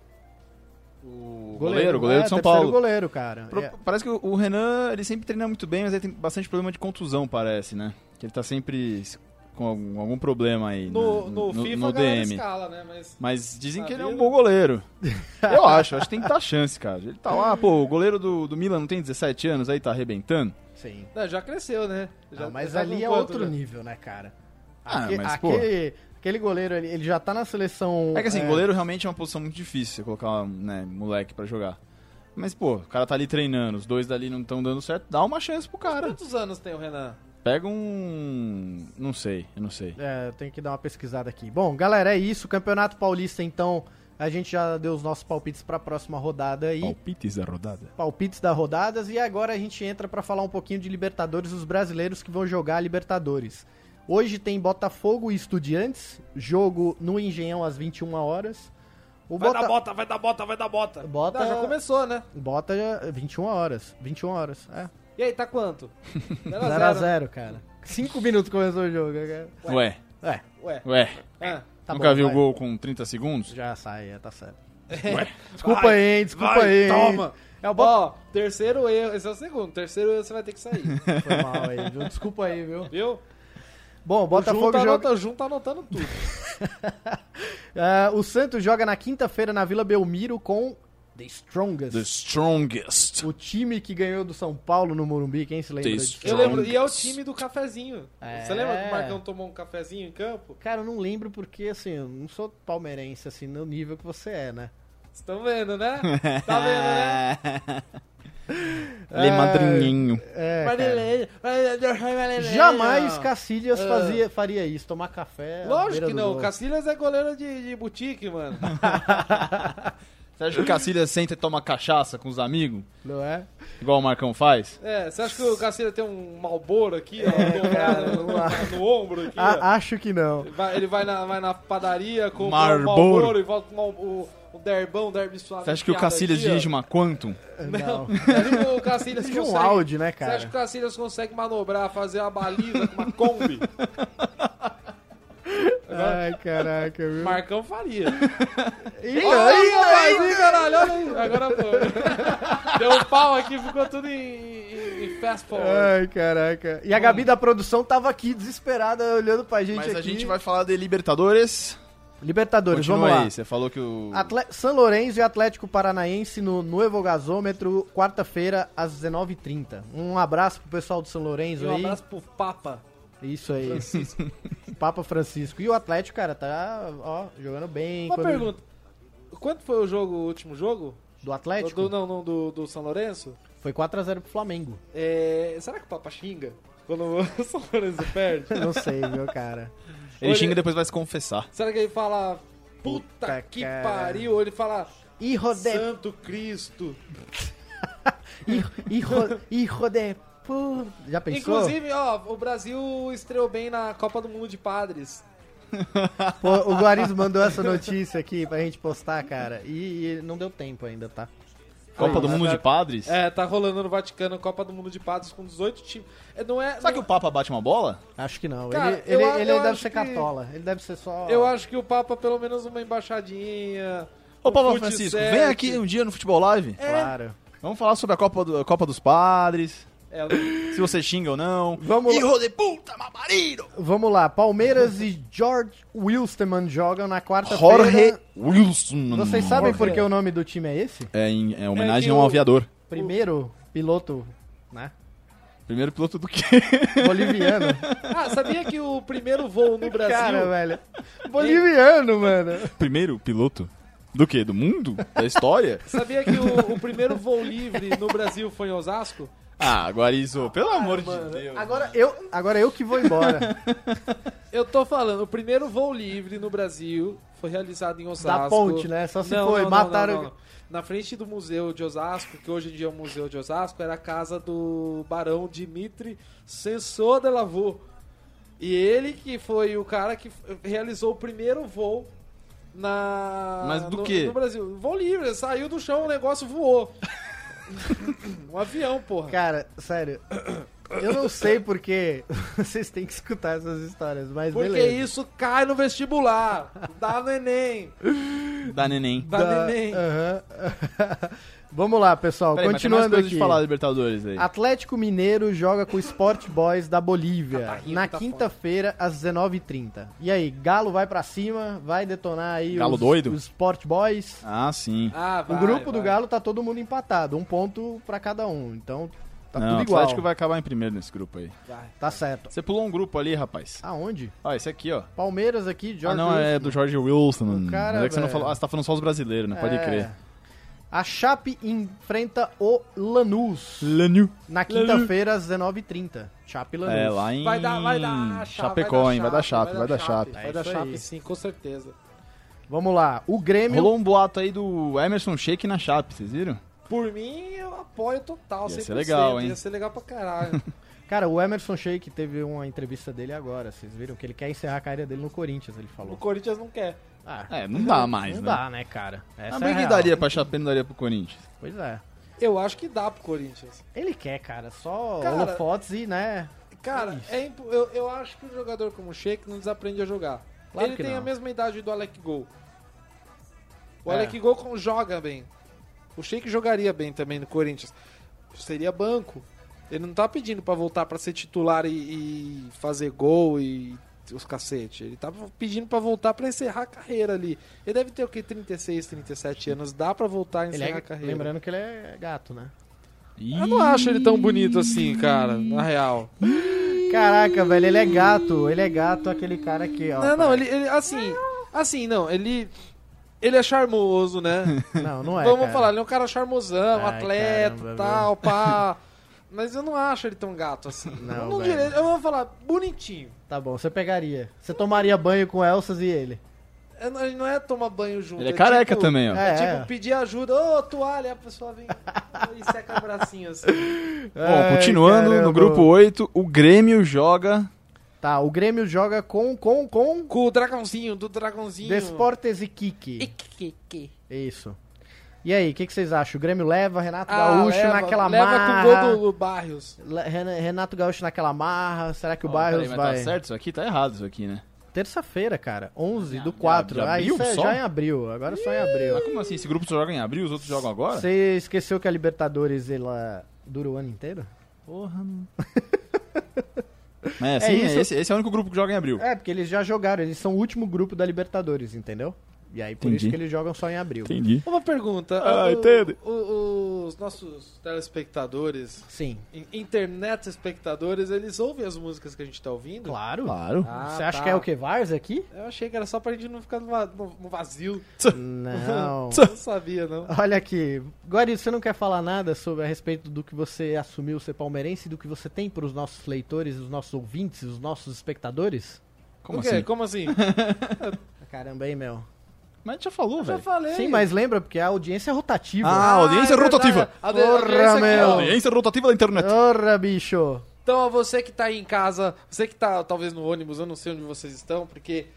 O goleiro de São terceiro Paulo. goleiro, cara. Parece que o Renan, ele sempre treina muito bem, mas ele tem bastante problema de contusão, parece, né? Que ele tá sempre com algum problema aí No FIFA no a galera DM. escala, né? Mas dizem Na que ele é um vida. bom goleiro. Eu acho que tem que dar chance, cara. Ele tá lá, pô, o goleiro do Milan não tem 17 anos aí, tá arrebentando. Sim. Não, já cresceu, né? Já, Mas tá ali com é quanto, outro né? nível, né, cara? Ah, mas, pô. Aquele goleiro, ele já tá na seleção... É que assim, goleiro realmente é uma posição muito difícil, você colocar, né, moleque pra jogar. Mas, pô, o cara tá ali treinando, os dois dali não estão dando certo, dá uma chance pro cara. Quantos anos tem o Renan? Pega um... eu não sei. Eu tenho que dar uma pesquisada aqui. Bom, galera, é isso. Campeonato Paulista, então, a gente já deu os nossos palpites pra próxima rodada aí. Palpites da rodada. Palpites da rodadas. E agora a gente entra pra falar um pouquinho de Libertadores, os brasileiros que vão jogar a Libertadores. Hoje tem Botafogo e Estudiantes, jogo no Engenhão às 21 horas. Vai dar bota. Bota- Não, já começou, né? Bota 21 horas. 21 horas, é. E aí, tá quanto? 0x0, cara. 5 minutos começou o jogo, cara. Ué. Ué. Ah, Tá Nunca bom, viu o vai. gol com 30 segundos? Já sai, tá certo. Ué. Desculpa aí, hein, desculpa aí. hein. Toma. É o Bota... Ó, terceiro erro. Esse é o segundo. Terceiro erro você vai ter que sair. Foi mal aí, viu? Desculpa aí, viu? Viu? Bom, o Botafogo joga... O Jun tá anotando tudo. O Santos joga na quinta-feira na Vila Belmiro com The Strongest. The strongest. O time que ganhou do São Paulo no Morumbi, quem se lembra The disso? Eu lembro. E é o time do cafezinho. É. Você lembra que o Marcão tomou um cafezinho em campo? Cara, eu não lembro porque, assim, eu não sou palmeirense, assim, no nível que você é, né? Vocês estão vendo, né? Tá vendo, né? Ele é madrinhinho. Jamais Cacilhas faria isso, tomar café. à beira Lógico que do não. gol. O Cacilhas é goleiro de boutique, mano. Você acha que o Cacilhas senta e toma cachaça com os amigos? Não é? Igual o Marcão faz? É, você acha que o Cacilhas tem um Malboro aqui, ó, cara, dobrado no ombro aqui, ó? Acho que não. Ele vai na padaria com o Marlboro. Malboro e volta com o derby suave. Você acha que o Cacilhas dirige uma Quantum? Não. Você acha que o Cacilhas Dirige um consegue... Audi, né, Você cara? acha que o Cacilhas consegue manobrar, fazer uma baliza com uma Kombi? Ai, caraca, viu? Marcão faria. Ih, Olha aí, caralho, olha aí. Agora foi. Deu um pau aqui, ficou tudo em fast forward. Ai, caraca. E a Gabi da produção tava aqui desesperada olhando pra gente Mas aqui. a gente vai falar de Libertadores. Libertadores, Continua vamos lá. aí, você falou que o... São Lourenço e Atlético Paranaense no Nuevo Gasômetro, quarta-feira, às 19h30. Um abraço pro pessoal do São Lourenço E um aí. abraço pro Papa. Isso aí. Francisco. Papa Francisco. E o Atlético, cara, tá jogando bem. Uma pergunta. Quanto foi o último jogo? Do Atlético? Do São Lourenço? Foi 4x0 pro Flamengo. Será que o Papa xinga quando o São Lourenço perde? Não sei, viu, cara. Ele xinga e depois vai se confessar. Será que ele fala, puta Puta, que cara. pariu? Ou ele fala, Hijo de... Santo Cristo? Hijo de... Já pensou? Inclusive, o Brasil estreou bem na Copa do Mundo de Padres. Pô, o Guariz mandou essa notícia aqui pra gente postar, cara. E não deu tempo ainda, tá? Copa do isso. Mundo de Padres? Tá rolando no Vaticano Copa do Mundo de Padres com 18 times. Será que o Papa bate uma bola? Acho que não. Cara, ele eu deve acho ser que- cartola. Ele deve ser só... Eu acho que o Papa, pelo menos uma embaixadinha. Ô, um Papa fut Francisco, set. vem aqui um dia no Futebol Live. Claro. Vamos falar sobre a Copa dos Padres. Se você xinga ou não. Vamos lá. Hijo de puta, mamarido! Vamos lá. Palmeiras e George Wilstermann jogam na quarta-feira. Jorge Wilson. Vocês sabem Jorge. por que o nome do time é esse? É homenagem É a que um o- aviador. Primeiro piloto, né? Primeiro piloto do quê? Boliviano. Sabia que o primeiro voo no Brasil... Cara, velho. Boliviano, mano. Primeiro piloto do quê? Do mundo? Da história? Sabia que o primeiro voo livre no Brasil foi em Osasco? Ah, Guarizo, pelo amor de mano. Deus. Agora eu que vou embora. Eu tô falando, o primeiro voo livre no Brasil foi realizado em Osasco. Da ponte, né? Só se Não, foi. não, Mataram... não. Na frente do museu de Osasco, que hoje em dia é o museu de Osasco, era a casa do barão Dimitri Sensor de Lavaux. E ele que foi o cara que realizou o primeiro voo Mas do quê? no Brasil. Voo livre, saiu do chão, o negócio voou. Um avião, porra. Cara, sério. Eu não sei porque vocês têm que escutar essas histórias, mas Porque beleza. isso cai no vestibular. Dá no Enem. Da neném. Dá no Enem. Aham. Vamos lá, pessoal. Peraí, mas tem mais Continuando coisa aqui. de falar da Libertadores aí. Atlético Mineiro joga com o Sport Boys da Bolívia Tá rindo, na tá quinta-feira às 19h30. E aí, Galo vai pra cima, vai detonar aí Galo doido? os Sport Boys. Ah, sim. O grupo do Galo tá todo mundo empatado, um ponto pra cada um. Então tá Não, tudo o igual. Atlético vai acabar em primeiro nesse grupo aí. Tá certo. Você pulou um grupo ali, rapaz. Aonde? Ó, esse aqui, ó. Palmeiras aqui, Jorge não, é Wilson. do Jorge Wilson. O cara, Mas é que você não velho. falou. Ah, você tá falando só os brasileiros, né? Pode É. crer. A Chape enfrenta o Lanús Lanús. na quinta-feira às 19h30. Chape e Lanús. É, lá em Vai dar Chapecó, hein? Vai dar Chape, vai dar Chape. Vai dar isso Chape, aí. sim, com certeza. Vamos lá. O Grêmio... Rolou um boato aí do Emerson Sheik na Chape, vocês viram? Por mim, eu apoio total, Ia 100%. ser legal, hein? Ia ser legal pra caralho. Cara, o Emerson Sheik teve uma entrevista dele agora, vocês viram? Que ele quer encerrar a carreira dele no Corinthians, ele O falou. Corinthians não quer. Ah, É, não dá mais, não né? dá, né, cara? Essa Ah, é mas a que real. daria pra Chape e não daria pro Corinthians? Pois é. Eu acho que dá pro Corinthians. Ele quer, cara, só Cara, holofotes e, né... Cara, eu acho que um jogador como o Sheik não desaprende a jogar. Claro Ele que tem não. a mesma idade do Alec Gol. O É. Alec Gol joga bem. O Sheik jogaria bem também no Corinthians. Seria banco. Ele não tá pedindo pra voltar pra ser titular e fazer gol e os cacete. Ele tá pedindo pra voltar pra encerrar a carreira ali. Ele deve ter o que? 36, 37 anos. Dá pra voltar a Ele encerrar é, a carreira. lembrando que ele é gato, né? Eu não acho ele tão bonito assim, cara, na real. Caraca, velho, ele é gato, aquele cara aqui, ó. Não, parece- ele assim, não, ele é charmoso, né? Não é, Vamos cara. falar, ele é um cara charmosão, Ai, atleta, caramba, tal, pá. Mas eu não acho ele tão gato assim. Não, eu, não velho. diria, eu vou falar, bonitinho. Tá bom, você pegaria. Você tomaria banho com Elsas e ele. Ele não é tomar banho junto. Ele é careca tipo, também, ó. É. É tipo pedir ajuda, ô toalha, a pessoa vem e seca o bracinho assim. Bom, continuando, caramba. no grupo 8, o Grêmio joga... Tá, o Grêmio joga com Com o dragãozinho, do dragãozinho. Desportes e Kiki. Iquique. Isso. E aí, o que vocês acham? O Grêmio leva Renato Gaúcho leva, naquela leva marra. com o gol do Barrios. Renato Gaúcho naquela marra. Será que o Ó, Barrios peraí, mas vai... tá certo isso aqui? Tá errado isso aqui, né? Terça-feira, cara. 11 do 4. de Ah, abril isso é só? já em abril. Agora só em abril. Mas como assim? Esse grupo só joga em abril, os outros jogam agora? Você esqueceu que a Libertadores, ela dura o ano inteiro? Porra, não. Mas assim, isso. esse é o único grupo que joga em abril. Porque eles já jogaram, eles são o último grupo da Libertadores, entendeu? E aí por Entendi. isso que eles jogam só em abril. Entendi. Uma pergunta. Entende? Os nossos telespectadores, Sim, internet espectadores, eles ouvem as músicas que a gente tá ouvindo? claro. Claro. Ah, Você acha tá. que é o que? Vars aqui? Eu achei que era só pra gente não ficar no vazio. Não. Não sabia, não. Olha aqui, Guari, você não quer falar nada sobre a respeito do que você assumiu ser palmeirense e do que você tem para os nossos leitores, os nossos ouvintes, os nossos espectadores? Como O quê? assim? Como assim? Caramba, hein, meu? Mas a gente já falou, Já velho. falei. Sim, mas lembra, porque a audiência é rotativa. Ah, audiência é verdade. rotativa. A Porra, audiência aqui, meu. ó. Audiência rotativa da internet. Ora, bicho! Então, ó, você que tá aí em casa, você que tá talvez no ônibus, eu não sei onde vocês estão, porque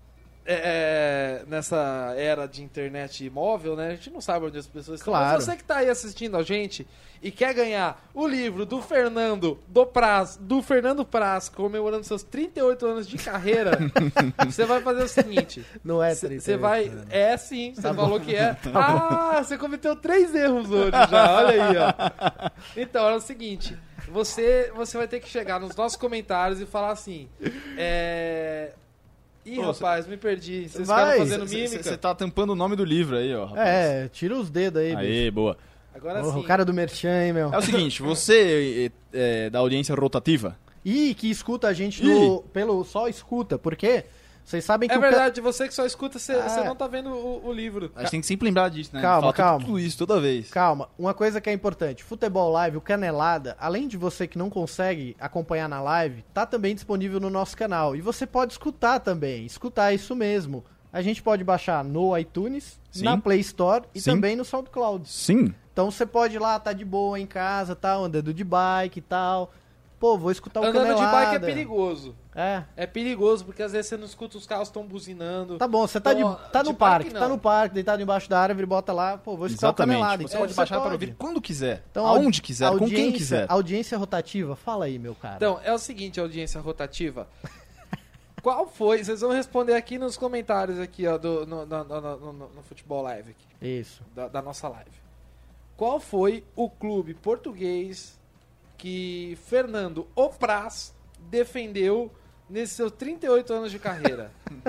nessa era de internet móvel, né, a gente não sabe onde as pessoas estão. Claro. Mas você que tá aí assistindo a gente e quer ganhar o livro do Fernando Praz, comemorando seus 38 anos de carreira, você vai fazer o seguinte. Não é Você vai. É sim, você Tá falou bom. que é. Você cometeu 3 erros hoje já, olha aí, ó. Então, é o seguinte: você vai ter que chegar nos nossos comentários e falar assim. Ih, Pô, rapaz, me perdi. Vocês Vai. ficaram fazendo mímica. Você tá tampando o nome do livro aí, ó, rapaz. É, tira os dedos aí, bicho. Aê, boa. Agora Porra, sim. o cara do Merchan, hein, meu? É o seguinte, você da audiência rotativa, E que escuta a gente só escuta, porque vocês sabem que É o verdade, você que só escuta, você Ah. não tá vendo o livro. a gente tem que sempre lembrar disso, né? Calma, Fala calma. tudo isso toda vez. Calma, uma coisa que é importante, Futebol Live, o Canelada, além de você que não consegue acompanhar na live, tá também disponível no nosso canal. E você pode escutar também, escutar isso mesmo. A gente pode baixar no iTunes, Sim. na Play Store e Sim. também no SoundCloud. Sim. Então você pode ir lá, tá de boa em casa, tá andando de bike e tal. Pô, vou escutar o Andando Canelada. de bike é perigoso. É. É perigoso, porque às vezes você não escuta os carros estão buzinando. Tá bom, você tá, Então, tá de no parque, bike, tá não. no parque, deitado embaixo da árvore, bota lá, pô, vou escutar Exatamente. o Canelada. Você Então, pode baixar para ouvir quando quiser, Então, aonde quiser, com quem audiência- quiser. Audiência rotativa, fala aí, meu cara. Então, é o seguinte, audiência rotativa. Qual foi? Vocês vão responder aqui nos comentários aqui, ó, no Futebol Live aqui, Isso. da nossa live. Qual foi o clube português que Fernando Praz defendeu nesses seus 38 anos de carreira?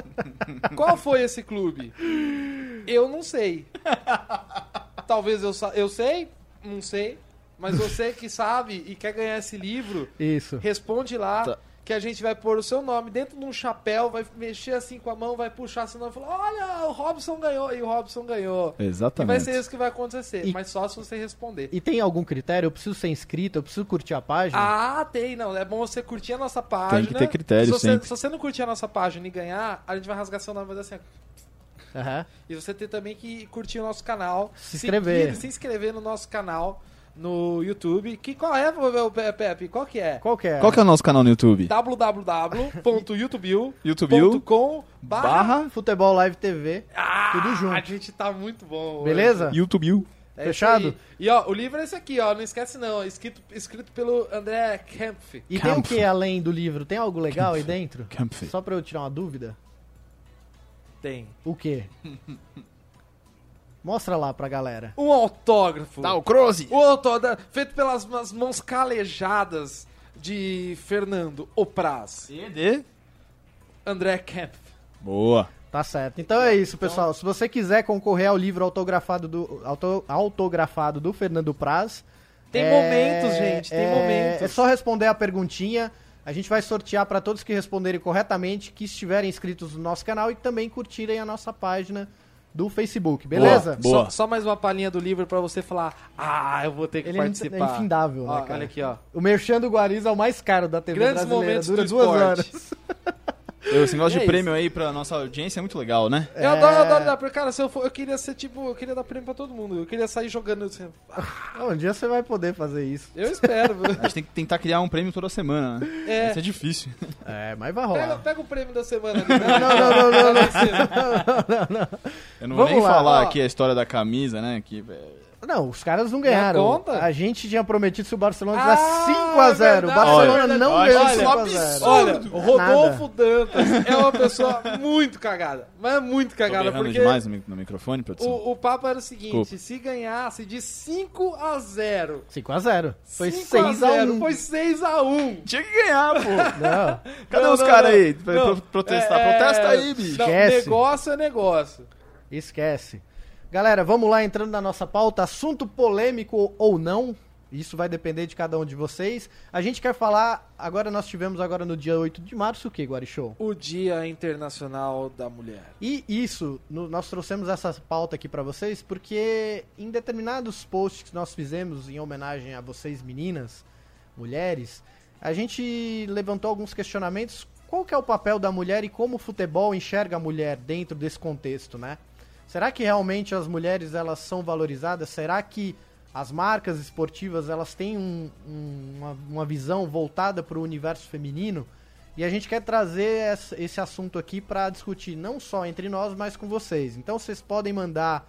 Qual foi esse clube? Eu não sei. Talvez eu sei, não sei. Mas você que sabe e quer ganhar esse livro, Isso. responde lá. Tá. Que a gente vai pôr o seu nome dentro de um chapéu, vai mexer assim com a mão, vai puxar seu nome e falar: olha, o Robson ganhou, e o Robson ganhou. E Exatamente. vai ser isso que vai acontecer, E- mas só se você responder. E tem algum critério? Eu preciso ser inscrito? Eu preciso curtir a página? Ah, tem, não. É bom você curtir a nossa página. Tem que ter critério se você, sempre. se você não curtir a nossa página e ganhar, a gente vai rasgar seu nome e vai dizer assim. Ó. Aham. E você tem também que curtir o nosso canal. Se inscrever. Se inscrever no nosso canal no YouTube. Qual é, Pepe? Qual que é? Qual que é? Qual que é o nosso canal no YouTube? www.youtube.com YouTube. barra Futebol Live TV. tudo junto. A gente tá muito bom hoje. Beleza? YouTube. É isso Fechado? aí. E ó, o livro é esse aqui, ó. Não esquece não. Escrito pelo André Kempf. E tem o Camp. que além do livro? Tem algo legal aí dentro? Camp. Só pra eu tirar uma dúvida. Tem. O quê? Mostra lá pra galera. Um autógrafo. Tá, o Croze. O autógrafo feito pelas mãos calejadas de Fernando Praz. CD. André Kempf. Boa. Tá certo. Então é isso, pessoal. Se você quiser concorrer ao livro autografado do Fernando Praz... Tem momentos, gente. Tem momentos. É só responder a perguntinha. A gente vai sortear para todos que responderem corretamente, que estiverem inscritos no nosso canal e também curtirem a nossa página do Facebook, beleza? Boa. Só mais uma palhinha do livro pra você falar: eu vou ter que Ele participar. é infindável, Ó, né, cara? olha aqui, ó. O Merchan do Guariz é o mais caro da TV Grandes brasileira. momentos Dura do 2 esporte. horas. Esse negócio É de isso. prêmio aí pra nossa audiência é muito legal, né? Eu adoro dar, porque, cara, se eu queria ser tipo, eu queria dar prêmio pra todo mundo. Eu queria sair jogando assim. Um dia você vai poder fazer isso. Eu espero. A gente tem que tentar criar um prêmio toda semana, né? É. Isso é difícil. É, mas vai rolar. Pega o prêmio da semana ali, né? Não. Eu não vou Vamos nem lá, falar ó. aqui a história da camisa, né? Que Não, os caras não ganharam. conta? A gente tinha prometido se o Barcelona fizesse 5x0. O verdade. Barcelona Olha, não olha, ganhou isso é um 5x0. Olha, o Rodolfo Nada. Dantas é uma pessoa muito cagada. Mas é muito Tô cagada, berrando porque demais no microfone, produção. o papo era o seguinte, Desculpa. se ganhasse de 5x0, 5x0. Foi 5x0, 6x1. foi 6x1. Tinha que ganhar, pô. Não. Cadê Não, os não, caras não. aí pra Não. protestar? Protesta aí, bicho. Não, Esquece. negócio é negócio. Esquece. Galera, vamos lá, entrando na nossa pauta. Assunto polêmico ou não, isso vai depender de cada um de vocês. A gente quer falar, nós tivemos no dia 8 de março, o que, Guarichou? O Dia Internacional da Mulher. E isso, nós trouxemos essa pauta aqui pra vocês porque em determinados posts que nós fizemos em homenagem a vocês meninas, mulheres, a gente levantou alguns questionamentos. Qual que é o papel da mulher e como o futebol enxerga a mulher dentro desse contexto, né? Será que realmente as mulheres elas são valorizadas? Será que as marcas esportivas elas têm uma visão voltada para o universo feminino? E a gente quer trazer esse assunto aqui para discutir não só entre nós, mas com vocês. Então vocês podem mandar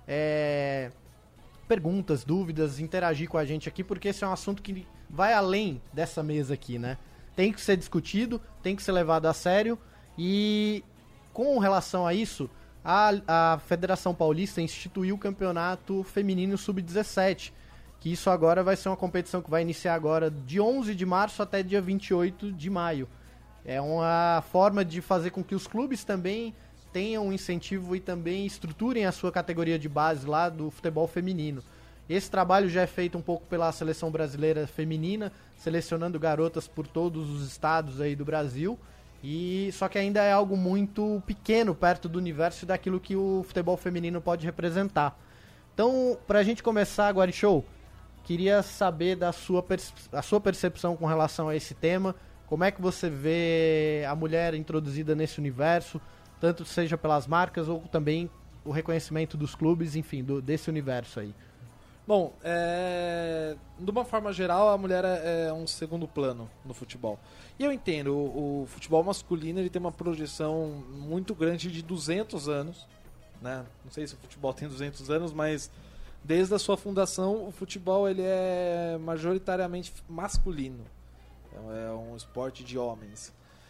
perguntas, dúvidas, interagir com a gente aqui, porque esse é um assunto que vai além dessa mesa aqui, né? Tem que ser discutido, tem que ser levado a sério. E com relação a isso, a Federação Paulista instituiu o Campeonato Feminino Sub-17, que isso agora vai ser uma competição que vai iniciar agora de 11 de março até dia 28 de maio. É uma forma de fazer com que os clubes também tenham um incentivo e também estruturem a sua categoria de base lá do futebol feminino. Esse trabalho já é feito um pouco pela Seleção Brasileira Feminina, selecionando garotas por todos os estados aí do Brasil. Só que ainda é algo muito pequeno perto do universo daquilo que o futebol feminino pode representar. Então, pra gente começar, Guarichou, queria saber da sua percepção com relação a esse tema. Como é que você vê a mulher introduzida nesse universo, tanto seja pelas marcas ou também o reconhecimento dos clubes, enfim, desse universo aí? Bom, de uma forma geral, a mulher é um segundo plano no futebol. E eu entendo, o futebol masculino ele tem uma projeção muito grande de 200 anos. Né? Não sei se o futebol tem 200 anos, mas desde a sua fundação, o futebol ele é majoritariamente masculino. É um esporte de homens.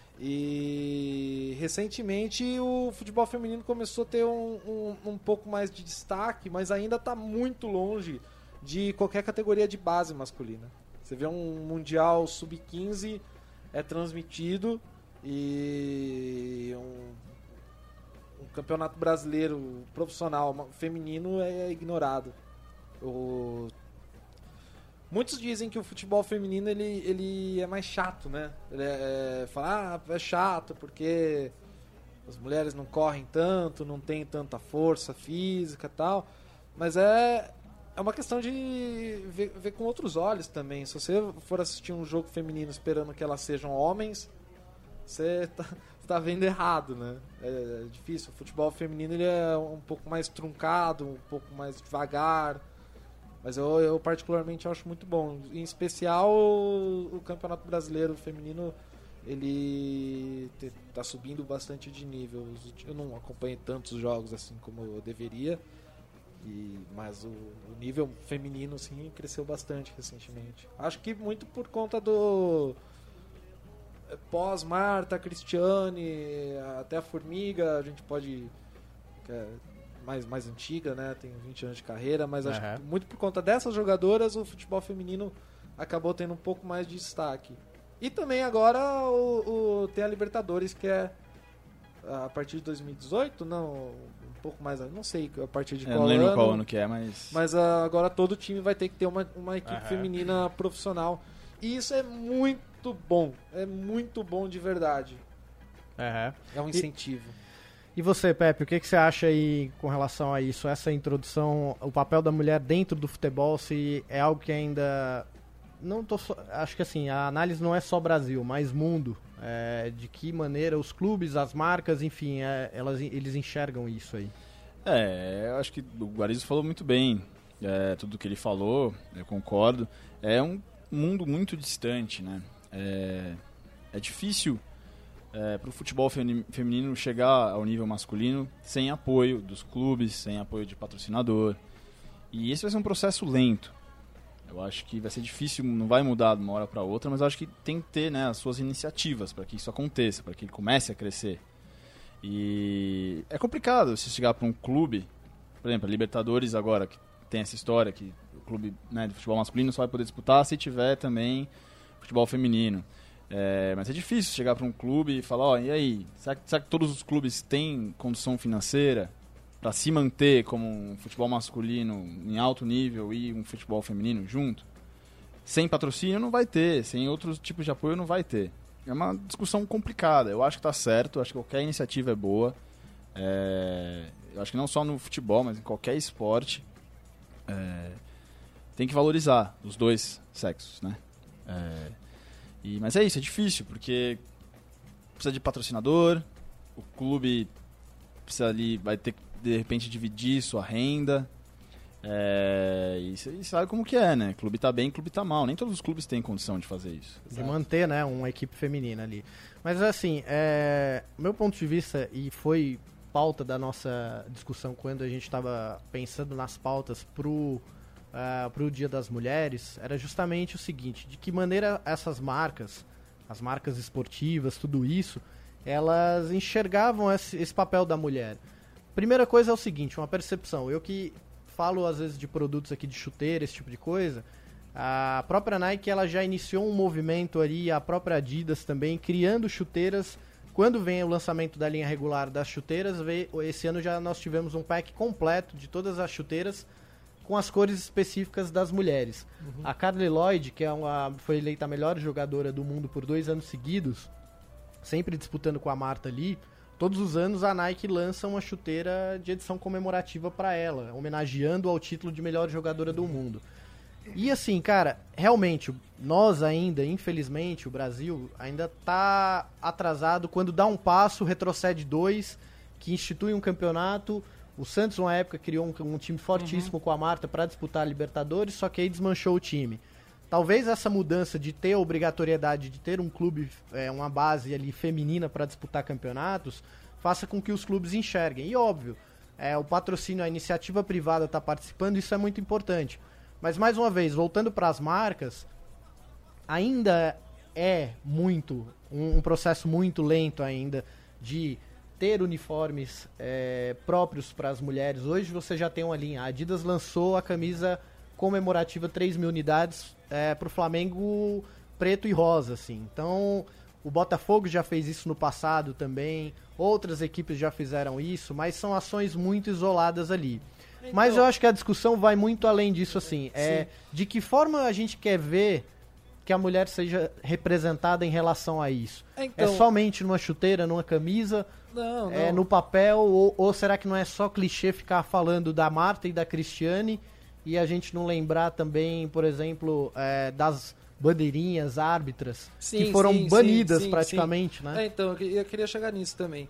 E recentemente o futebol feminino começou a ter um pouco mais de destaque, mas ainda está muito longe de qualquer categoria de base masculina. Você vê um Mundial Sub-15 é transmitido e um campeonato brasileiro profissional feminino é ignorado. Muitos dizem que o futebol feminino ele é mais chato, né? Fala, é chato porque as mulheres não correm tanto, não tem tanta força física e tal. Mas é uma questão de ver com outros olhos também. Se você for assistir um jogo feminino esperando que elas sejam homens, você tá vendo errado, né? É difícil. O futebol feminino ele é um pouco mais truncado, um pouco mais devagar. Mas eu particularmente acho muito bom. Em especial o Campeonato Brasileiro Feminino, ele tá subindo bastante de nível. Eu não acompanho tantos jogos assim como eu deveria, mas o nível feminino assim, cresceu bastante recentemente. Acho que muito por conta do pós-Marta, Cristiane, até a Formiga, a gente pode... mais antiga, né? Tem 20 anos de carreira, mas acho que muito por conta dessas jogadoras o futebol feminino acabou tendo um pouco mais de destaque. E também agora tem a Libertadores, que é a partir de 2018, não, um pouco mais, não sei a partir de qual ano. Não lembro qual ano que é, mas... Mas agora todo time vai ter que ter uma equipe feminina profissional. E isso é muito bom de verdade. É um incentivo. E você, Pepe, o que você acha aí com relação a isso? Essa introdução, o papel da mulher dentro do futebol, se é algo que ainda... acho que assim, a análise não é só Brasil, mas mundo. De que maneira os clubes, as marcas, enfim, eles enxergam isso aí? Eu acho que o Guarizo falou muito bem. Tudo que ele falou, eu concordo. É um mundo muito distante, né? É difícil... para o futebol feminino chegar ao nível masculino sem apoio dos clubes, sem apoio de patrocinador. E esse vai ser um processo lento. Eu acho que vai ser difícil, não vai mudar de uma hora para outra, mas eu acho que tem que ter, né, as suas iniciativas para que isso aconteça, para que ele comece a crescer. E é complicado você chegar para um clube, por exemplo, a Libertadores agora, que tem essa história que o clube, né, de futebol masculino só vai poder disputar se tiver também futebol feminino. Mas é difícil chegar para um clube e falar, ó, e aí, será que todos os clubes têm condição financeira para se manter como um futebol masculino em alto nível e um futebol feminino junto? Sem patrocínio não vai ter, sem outros tipos de apoio não vai ter. É uma discussão complicada. Eu acho que está certo, acho que qualquer iniciativa é boa. Eu acho que não só no futebol, mas em qualquer esporte. Tem que valorizar os dois sexos, né? Mas é isso, é difícil, porque precisa de patrocinador, o clube precisa ali, vai ter que de repente dividir sua renda. E sabe como que é, né? Clube tá bem, clube tá mal. Nem todos os clubes têm condição de fazer isso. De manter, né, uma equipe feminina ali. Mas assim, meu ponto de vista, e foi pauta da nossa discussão quando a gente estava pensando nas pautas pro Dia das Mulheres, era justamente o seguinte: de que maneira essas marcas, as marcas esportivas, tudo isso, elas enxergavam esse papel da mulher. Primeira coisa é o seguinte, uma percepção. Eu que falo às vezes de produtos aqui de chuteira, esse tipo de coisa, a própria Nike ela já iniciou um movimento ali, a própria Adidas também, criando chuteiras. Quando vem o lançamento da linha regular das chuteiras, esse ano já nós tivemos um pack completo de todas as chuteiras com as cores específicas das mulheres. Uhum. A Carly Lloyd, que foi eleita a melhor jogadora do mundo por 2 anos seguidos, sempre disputando com a Marta Lee, todos os anos a Nike lança uma chuteira de edição comemorativa para ela, homenageando ao título de melhor jogadora do mundo. E assim, cara, realmente, nós ainda, infelizmente, o Brasil ainda tá atrasado. Quando dá um passo, retrocede 2, que institui um campeonato. O Santos, uma época, criou um time fortíssimo com a Marta para disputar a Libertadores, só que aí desmanchou o time. Talvez essa mudança de ter a obrigatoriedade de ter um clube, uma base ali feminina para disputar campeonatos, faça com que os clubes enxerguem. E óbvio, o patrocínio, a iniciativa privada está participando, isso é muito importante. Mas mais uma vez, voltando para as marcas, ainda é muito um processo muito lento ainda de ter uniformes próprios para as mulheres. Hoje você já tem uma linha. A Adidas lançou a camisa comemorativa 3.000 unidades para o Flamengo preto e rosa, assim. Então, o Botafogo já fez isso no passado também, outras equipes já fizeram isso, mas são ações muito isoladas ali. Então, mas eu acho que a discussão vai muito além disso, assim. De que forma a gente quer ver que a mulher seja representada em relação a isso? Então, é somente numa chuteira, numa camisa? Não. No papel? Ou será que não é só clichê ficar falando da Marta e da Cristiane e a gente não lembrar também, por exemplo, das bandeirinhas árbitras que foram banidas praticamente, né? Então, eu queria chegar nisso também.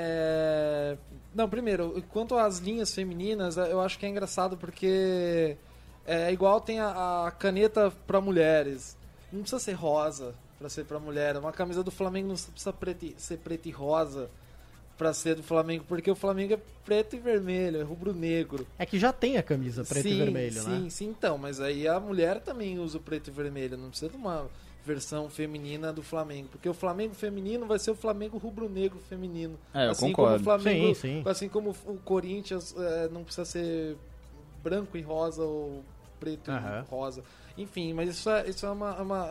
Não, primeiro, quanto às linhas femininas, eu acho que é engraçado porque igual tem a caneta para mulheres. Não precisa ser rosa para ser para mulher. Uma camisa do Flamengo não precisa ser preta e rosa para ser do Flamengo, porque o Flamengo é preto e vermelho, é rubro-negro. É que já tem a camisa preto e vermelho, né? Sim, então, mas aí a mulher também usa o preto e vermelho, não precisa de uma versão feminina do Flamengo, porque o Flamengo feminino vai ser o Flamengo rubro-negro feminino. Eu concordo. Como o Flamengo, sim. Assim como o Corinthians não precisa ser branco e rosa ou preto e rosa. Enfim, mas isso é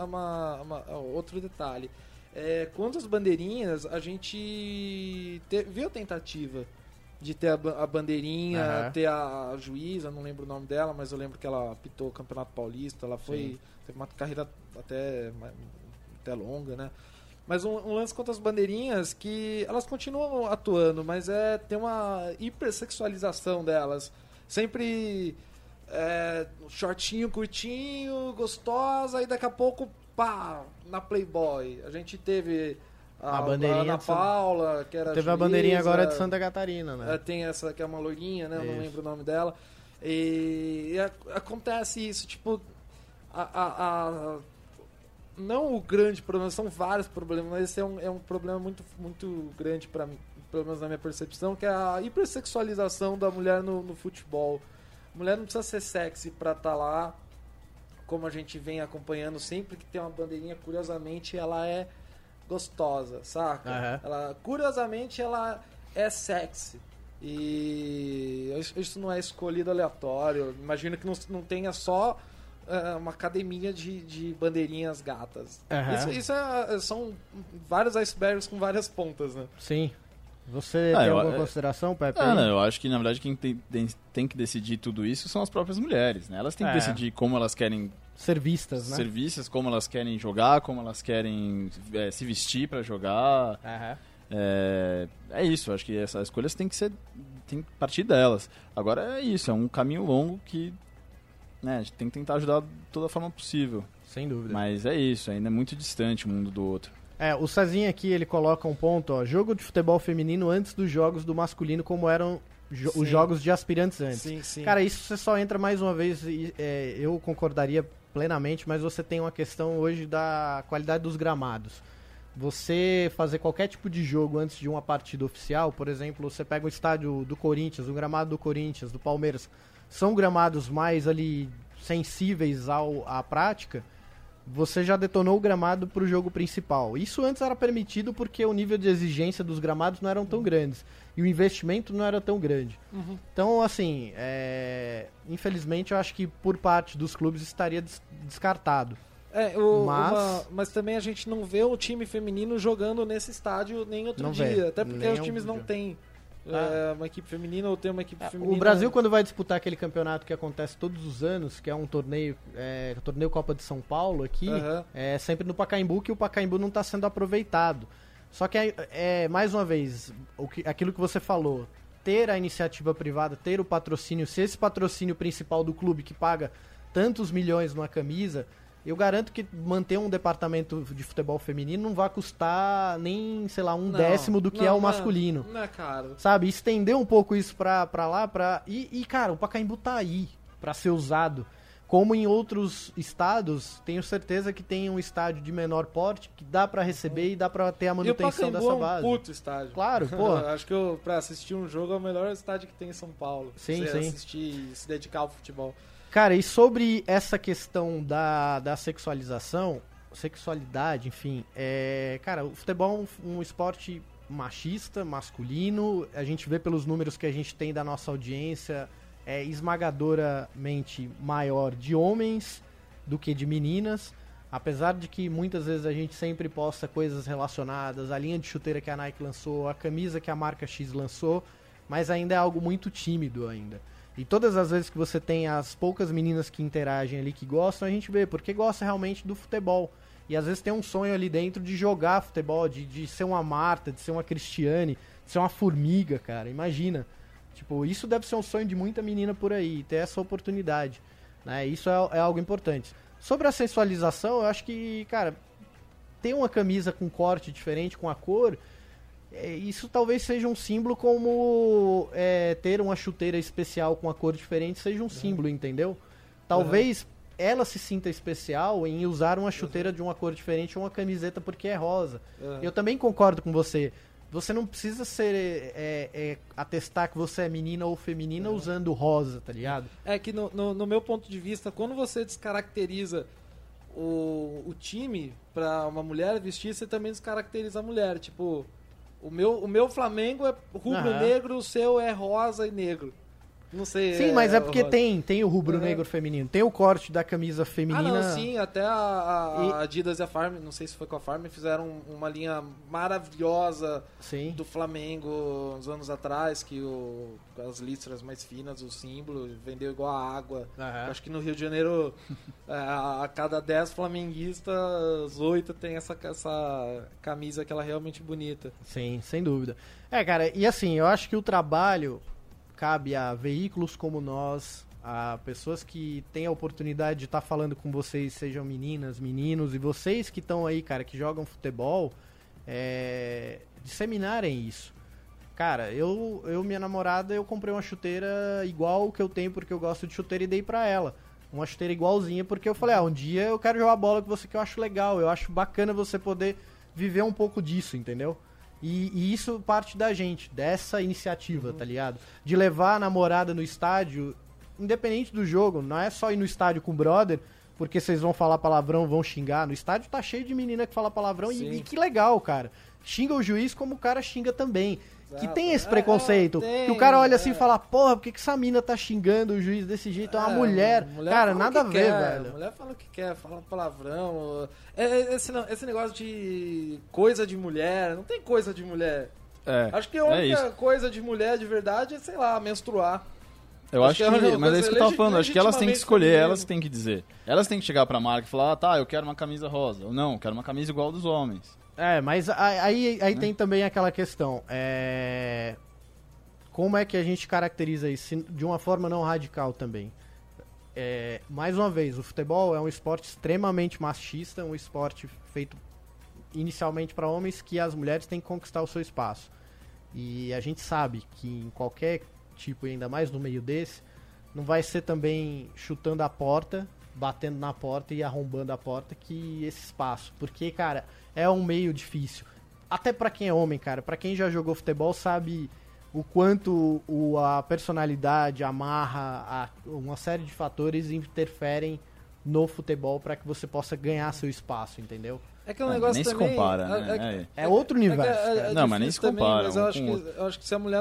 outro detalhe. Quanto às bandeirinhas, a gente viu a tentativa de ter a bandeirinha, ter a juíza, não lembro o nome dela, mas eu lembro que ela apitou o Campeonato Paulista, ela teve uma carreira até longa, né? Mas um lance contra as bandeirinhas que elas continuam atuando, mas tem uma hipersexualização delas. Sempre shortinho, curtinho, gostosa, e daqui a pouco, pá, na Playboy. A gente teve a bandeirinha Ana Paula, que era teve a bandeirinha agora de Santa Catarina, né? Tem essa que é uma loirinha, né? Eu não lembro o nome dela. E acontece isso, tipo, não o grande problema, são vários problemas, mas esse é um problema muito, muito grande para mim, pelo menos na minha percepção, que é a hipersexualização da mulher no futebol. mulher não precisa ser sexy pra estar lá, como a gente vem acompanhando, sempre que tem uma bandeirinha, curiosamente, ela é gostosa, saca? Ela, curiosamente, ela é sexy. E isso não é escolhido aleatório. Imagino que não tenha só uma academia de bandeirinhas gatas. São vários icebergs com várias pontas, né? Sim. Você tem alguma consideração, Pepe? Não, eu acho que, na verdade, quem tem que decidir tudo isso são as próprias mulheres, né? Elas têm que decidir como elas querem... ser vistas, né? Ser vistas, como elas querem jogar, como elas querem se vestir pra jogar. É isso, acho que essas escolhas tem que partir delas. Agora é isso, é um caminho longo que, né, a gente tem que tentar ajudar de toda a forma possível. Sem dúvida. Mas é isso, ainda é muito distante um mundo do outro. O Cezinha aqui, ele coloca um ponto, ó, jogo de futebol feminino antes dos jogos do masculino, como eram os jogos de aspirantes antes. Sim. Cara, isso você só entra mais uma vez, eu concordaria plenamente, mas você tem uma questão hoje da qualidade dos gramados. Você fazer qualquer tipo de jogo antes de uma partida oficial, por exemplo, você pega o estádio do Corinthians, o gramado do Corinthians, do Palmeiras, são gramados mais ali sensíveis à prática, você já detonou o gramado para o jogo principal. Isso antes era permitido porque o nível de exigência dos gramados não eram tão grandes e o investimento não era tão grande. Então, assim, infelizmente eu acho que por parte dos clubes estaria descartado. Mas também a gente não vê o time feminino jogando nesse estádio nem outro dia. Até porque os times não têm uma equipe feminina ou tem uma equipe feminina. O Brasil, quando vai disputar aquele campeonato que acontece todos os anos, que é um torneio, torneio Copa de São Paulo aqui, é sempre no Pacaembu, que o Pacaembu não está sendo aproveitado. Só que, mais uma vez, aquilo que você falou, ter a iniciativa privada, ter o patrocínio, se esse patrocínio principal do clube que paga tantos milhões numa camisa, eu garanto que manter um departamento de futebol feminino não vai custar nem, sei lá, décimo do que é o masculino. Não é caro. Sabe, estender um pouco isso pra lá, E, cara, o Pacaembu tá aí pra ser usado. Como em outros estados, tenho certeza que tem um estádio de menor porte que dá pra receber e dá pra ter a manutenção dessa base. É um puto estádio. Claro, pô. Acho que pra assistir um jogo é o melhor estádio que tem em São Paulo. Sim. Assistir, se dedicar ao futebol. Cara, e sobre essa questão da sexualidade, enfim, cara, o futebol é um esporte machista, masculino, a gente vê pelos números que a gente tem da nossa audiência, esmagadoramente maior de homens do que de meninas, apesar de que muitas vezes a gente sempre posta coisas relacionadas, a linha de chuteira que a Nike lançou, a camisa que a marca X lançou, mas ainda é algo muito tímido ainda. E todas as vezes que você tem as poucas meninas que interagem ali, que gostam, a gente vê, porque gosta realmente do futebol. E às vezes tem um sonho ali dentro de jogar futebol, de ser uma Marta, de ser uma Cristiane, de ser uma Formiga, cara, imagina. Tipo, isso deve ser um sonho de muita menina por aí, ter essa oportunidade, né? Isso é algo importante. Sobre a sensualização, eu acho que, cara, ter uma camisa com corte diferente, com a cor... isso talvez seja um símbolo como ter uma chuteira especial com a cor diferente seja um símbolo, entendeu? Talvez ela se sinta especial em usar uma chuteira de uma cor diferente ou uma camiseta porque é rosa. Eu também concordo com você. Você não precisa atestar que você é menina ou feminina usando rosa, tá ligado? É que no meu ponto de vista, quando você descaracteriza o time pra uma mulher vestir, você também descaracteriza a mulher. Tipo... O meu Flamengo é rubro-negro, o seu é rosa e negro. Não sei. Sim, mas é porque tem o rubro-negro feminino. Tem o corte da camisa feminina. Sim, até a Adidas e a Farm, não sei se foi com a Farm, fizeram uma linha maravilhosa do Flamengo uns anos atrás, que as listras mais finas, o símbolo, vendeu igual a água. Acho que no Rio de Janeiro, a cada 10 flamenguistas, 8 tem essa camisa que ela é realmente bonita. Sim, sem dúvida. Cara, e assim, eu acho que o trabalho cabe a veículos como nós, a pessoas que têm a oportunidade de estar falando com vocês, sejam meninas, meninos, e vocês que estão aí, cara, que jogam futebol, disseminarem isso. Cara, minha namorada, eu comprei uma chuteira igual que eu tenho porque eu gosto de chuteira e dei pra ela. Uma chuteira igualzinha porque eu falei, um dia eu quero jogar bola com você que eu acho legal, eu acho bacana você poder viver um pouco disso, entendeu? E isso parte da gente, dessa iniciativa, tá ligado? De levar a namorada no estádio independente do jogo, não é só ir no estádio com o brother, porque vocês vão falar palavrão, vão xingar. No estádio tá cheio de menina que fala palavrão e que legal, cara. Xinga o juiz como o cara xinga também. Exato. Que tem esse preconceito. Que o cara olha assim e fala, porra, por que essa mina tá xingando o juiz desse jeito? É uma mulher. Cara, nada a ver, velho. A mulher fala o que quer, fala palavrão. Esse negócio de coisa de mulher, não tem coisa de mulher. Acho que a única coisa de mulher de verdade é, sei lá, menstruar. Eu acho que, mas é isso que eu tava falando, acho que elas têm que escolher, elas têm que dizer. Elas têm que chegar pra marca e falar, tá, eu quero uma camisa rosa. Ou não, eu quero uma camisa igual dos homens. Mas aí tem também aquela questão, como é que a gente caracteriza isso de uma forma não radical também? Mais uma vez, o futebol é um esporte extremamente machista, um esporte feito inicialmente para homens, que as mulheres têm que conquistar o seu espaço. E a gente sabe que em qualquer tipo, ainda mais no meio desse, não vai ser também chutando a porta, batendo na porta e arrombando a porta que esse espaço. Porque, cara, é um meio difícil. Até pra quem é homem, cara. Pra quem já jogou futebol sabe o quanto a personalidade, a marra, uma série de fatores interferem no futebol pra que você possa ganhar seu espaço, entendeu? É que o negócio nem também... se compara, né? É outro universo. Não, mas nem se compara. Mas eu acho que se a mulher,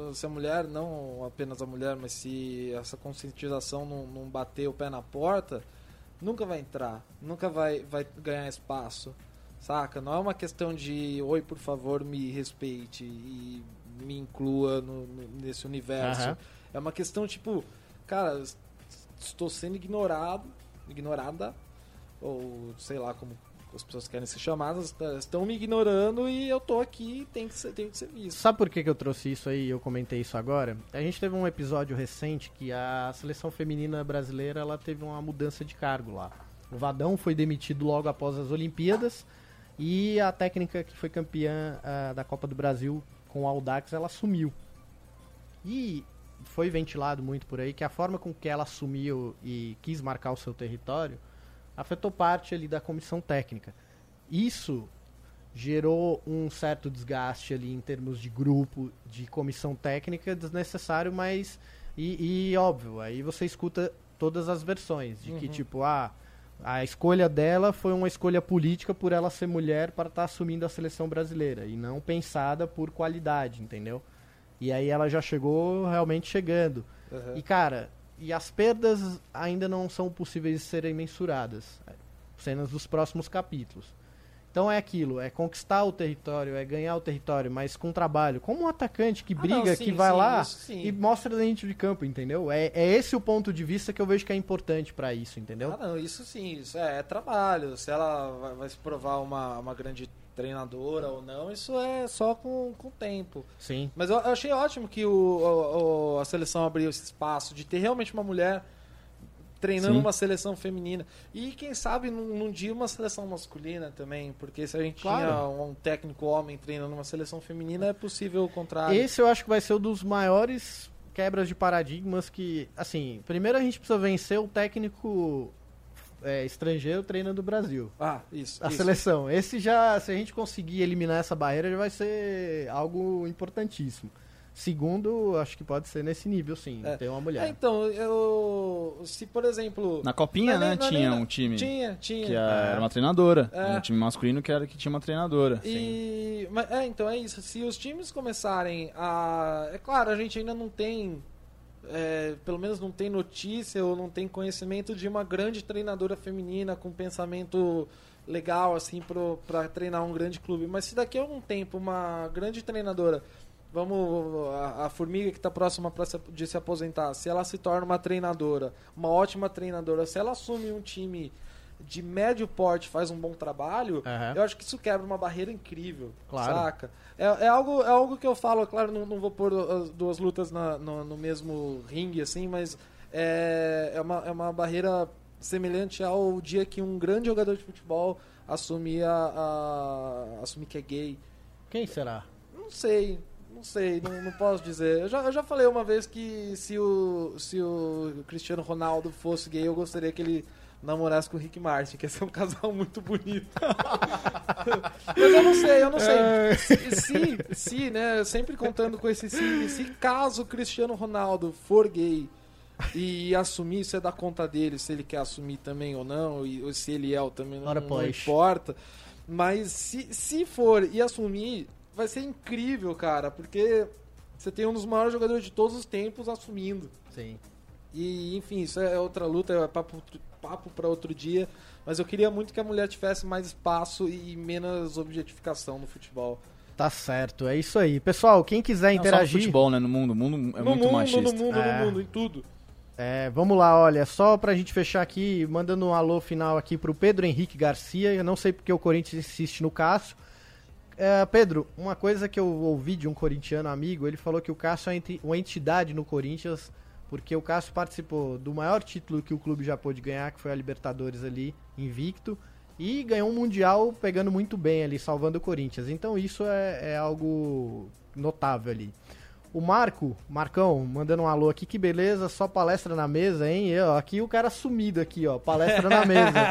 não apenas a mulher, mas se essa conscientização não bater o pé na porta, nunca vai entrar, nunca vai ganhar espaço, saca? Não é uma questão de, oi, por favor, me respeite e me inclua nesse universo. Uhum. É uma questão tipo, cara, estou sendo ignorada, ou sei lá como as pessoas querem ser chamadas, estão me ignorando e eu tô aqui, tem que ser visto. Sabe por que eu trouxe isso aí e eu comentei isso agora? A gente teve um episódio recente que a seleção feminina brasileira ela teve uma mudança de cargo lá. O Vadão foi demitido logo após as Olimpíadas e a técnica que foi campeã da Copa do Brasil com o Audax, ela assumiu. E foi ventilado muito por aí que a forma com que ela assumiu e quis marcar o seu território afetou parte ali da comissão técnica. Isso gerou um certo desgaste ali em termos de grupo, de comissão técnica desnecessário, mas e óbvio, aí você escuta todas as versões de que tipo, a escolha dela foi uma escolha política por ela ser mulher para estar assumindo a seleção brasileira e não pensada por qualidade, entendeu? E aí ela já chegou realmente chegando. E cara, e as perdas ainda não são possíveis de serem mensuradas. Cenas dos próximos capítulos. Então é aquilo, é conquistar o território, é ganhar o território, mas com trabalho. Como um atacante que briga, que vai lá e mostra dentro de campo, entendeu? É esse o ponto de vista que eu vejo que é importante pra isso, entendeu? Não, isso sim, isso é trabalho. Se ela vai se provar uma grande treinadora ou não, isso é só com o tempo. Sim. Mas eu achei ótimo que a seleção abriu esse espaço de ter realmente uma mulher treinando uma seleção feminina. E quem sabe num dia uma seleção masculina também, porque se a gente tinha um técnico homem treinando uma seleção feminina, é possível o contrário. Esse eu acho que vai ser um dos maiores quebras de paradigmas que, assim, primeiro a gente precisa vencer o técnico estrangeiro treinando o Brasil. Isso. Seleção. Esse já, se a gente conseguir eliminar essa barreira, já vai ser algo importantíssimo. Segundo, acho que pode ser nesse nível, sim, ter uma mulher. Então, se por exemplo... Na Copinha, tinha um time Tinha. Que era uma treinadora. Era um time masculino que tinha uma treinadora. Então é isso. Se os times começarem a... É claro, a gente ainda não tem... pelo menos não tem notícia ou não tem conhecimento de uma grande treinadora feminina com pensamento legal assim para treinar um grande clube, mas se daqui a algum tempo uma grande treinadora, a Formiga que está próxima de se aposentar, se ela se torna uma treinadora, uma ótima treinadora, se ela assume um time de médio porte, faz um bom trabalho, eu acho que isso quebra uma barreira incrível, saca? É algo que eu falo, claro, não vou pôr as duas lutas no mesmo ringue, assim, mas é uma barreira semelhante ao dia que um grande jogador de futebol assumir que é gay. Quem será? Não sei, não posso dizer. Eu já falei uma vez que se o Cristiano Ronaldo fosse gay, eu gostaria que ele namorasse com o Rick Martin, que ia ser um casal muito bonito. Mas eu não sei. Se, né, sempre contando com esse se caso o Cristiano Ronaldo for gay, e assumir, isso é da conta dele, se ele quer assumir também ou não, ou se ele é ou também não importa. Mas se for e assumir, vai ser incrível, cara, porque você tem um dos maiores jogadores de todos os tempos assumindo. Sim. E, enfim, isso é outra luta, é papo para outro dia. Mas eu queria muito que a mulher tivesse mais espaço e menos objetificação no futebol. Tá certo, é isso aí. Pessoal, quem quiser interagir... Não só no futebol, né? No mundo é muito machista. No mundo, em tudo. Vamos lá, olha, só pra gente fechar aqui, mandando um alô final aqui pro Pedro Henrique Garcia. Eu não sei porque o Corinthians insiste no Cássio. Pedro, uma coisa que eu ouvi de um corintiano amigo, ele falou que o Cássio é uma entidade no Corinthians, porque o Cássio participou do maior título que o clube já pôde ganhar, que foi a Libertadores ali, invicto, e ganhou um Mundial pegando muito bem ali, salvando o Corinthians. Então isso é algo notável ali. O Marcão, mandando um alô aqui, que beleza, só palestra na mesa, hein? Aqui o cara sumido aqui, ó, palestra na mesa.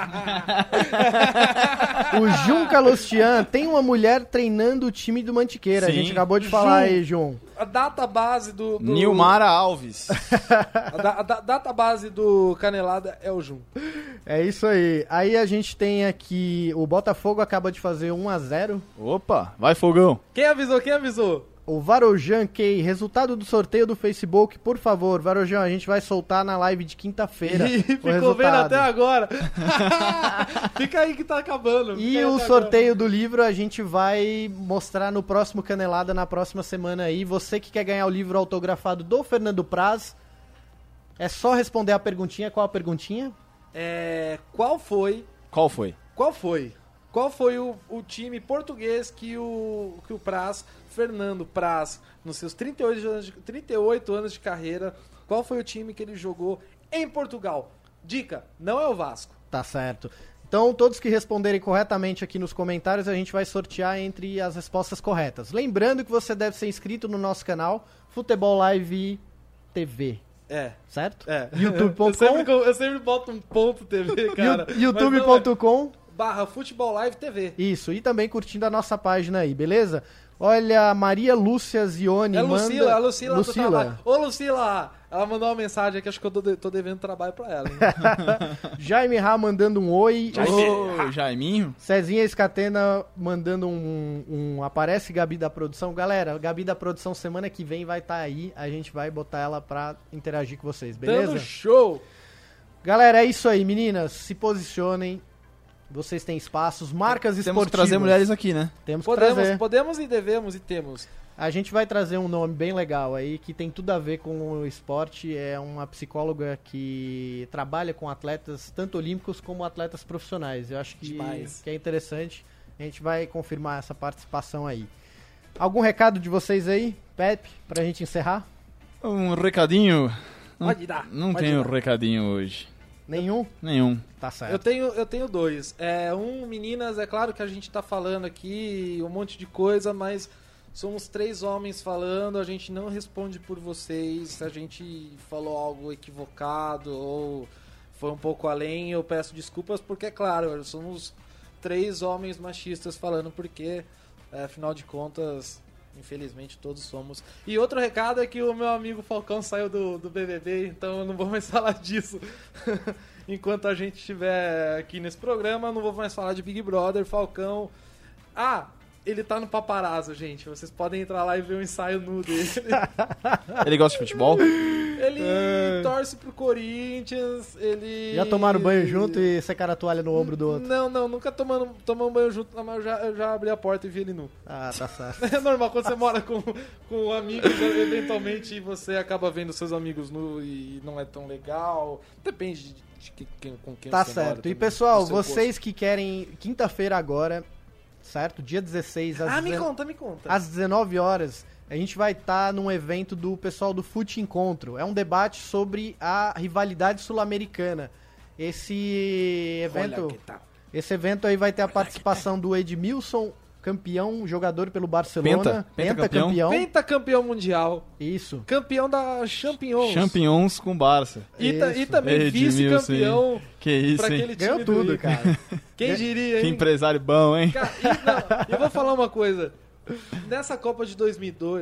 O Jun Calostian, tem uma mulher treinando o time do Mantiqueira, Sim. A gente acabou de falar aí, Jun. A data base do... Nilmara Alves. A data base do Canelada é o Jun. É isso aí. Aí a gente tem aqui, o Botafogo acaba de fazer 1-0. Opa, vai Fogão. Quem avisou? O Varojan Key, resultado do sorteio do Facebook, por favor, Varojan, a gente vai soltar na live de quinta-feira. Ih, ficou vendo até agora. Fica aí que tá acabando. E o sorteio do livro a gente vai mostrar no próximo Canelada, na próxima semana aí. Você que quer ganhar o livro autografado do Fernando Praz, é só responder a perguntinha. Qual a perguntinha? Qual foi o time português que o Fernando Praz, nos seus 38 anos de carreira, qual foi o time que ele jogou em Portugal? Dica, não é o Vasco. Tá certo. Então, todos que responderem corretamente aqui nos comentários, a gente vai sortear entre as respostas corretas. Lembrando que você deve ser inscrito no nosso canal, Futebol Live TV. Certo? youtube.com. Eu sempre boto um ponto TV, cara. youtube.com/Futebol Live TV. Isso, e também curtindo a nossa página aí, beleza? Olha, Maria Lúcia Zione Lucila, a Lucila. Lucila. Ô, Lucila! Ela mandou uma mensagem aqui, acho que eu tô devendo trabalho pra ela, hein? Jaime Rá mandando um oi. Ô, Jaiminho. Cezinha Escatena mandando um aparece Gabi da Produção. Galera, Gabi da Produção semana que vem vai estar aí. A gente vai botar ela pra interagir com vocês, beleza? Dando show! Galera, é isso aí, meninas. Se posicionem. Vocês têm espaços, marcas esportivas. Temos que trazer mulheres aqui, né? Temos que trazer. Podemos e devemos e temos. A gente vai trazer um nome bem legal aí, que tem tudo a ver com o esporte. É uma psicóloga que trabalha com atletas, tanto olímpicos como atletas profissionais. Eu acho que é interessante. A gente vai confirmar essa participação aí. Algum recado de vocês aí, Pepe, pra gente encerrar? Um recadinho. Pode dar. Não tenho recadinho hoje. Nenhum? Tá certo. Eu tenho dois. Meninas, é claro que a gente tá falando aqui um monte de coisa, mas somos 3 homens falando, a gente não responde por vocês. Se a gente falou algo equivocado ou foi um pouco além, eu peço desculpas, porque, é claro, somos 3 homens machistas falando, porque, afinal de contas, infelizmente todos somos. E outro recado é que o meu amigo Falcão saiu do BBB, então eu não vou mais falar disso. Enquanto a gente estiver aqui nesse programa, eu não vou mais falar de Big Brother. Falcão... ele tá no Paparazzo, gente. Vocês podem entrar lá e ver o ensaio nu dele. Ele gosta de futebol? Ele torce pro Corinthians, ele... Já tomaram banho junto e secaram a toalha no ombro do outro? Não, nunca tomamos banho junto, mas eu já abri a porta e vi ele nu. Ah, tá certo. É normal, quando você mora com amigos, eventualmente você acaba vendo seus amigos nu e não é tão legal. Depende de com quem tá você certo. mora. E também, pessoal, vocês que querem, quinta-feira agora, certo? Dia 16, me conta. Às 19 horas, a gente vai estar num evento do pessoal do Fute Encontro. É um debate sobre a rivalidade sul-americana. Esse evento aí vai ter a participação do Edmilson, campeão, jogador pelo Barcelona. Pentacampeão. Pentacampeão mundial. Isso. Campeão da Champions. Champions com Barça. E também vice-campeão. Que isso, pra aquele time. Ganhou tudo, cara. Quem diria, hein? Que empresário bom, hein? Cara, eu vou falar uma coisa. Nessa Copa de 2002,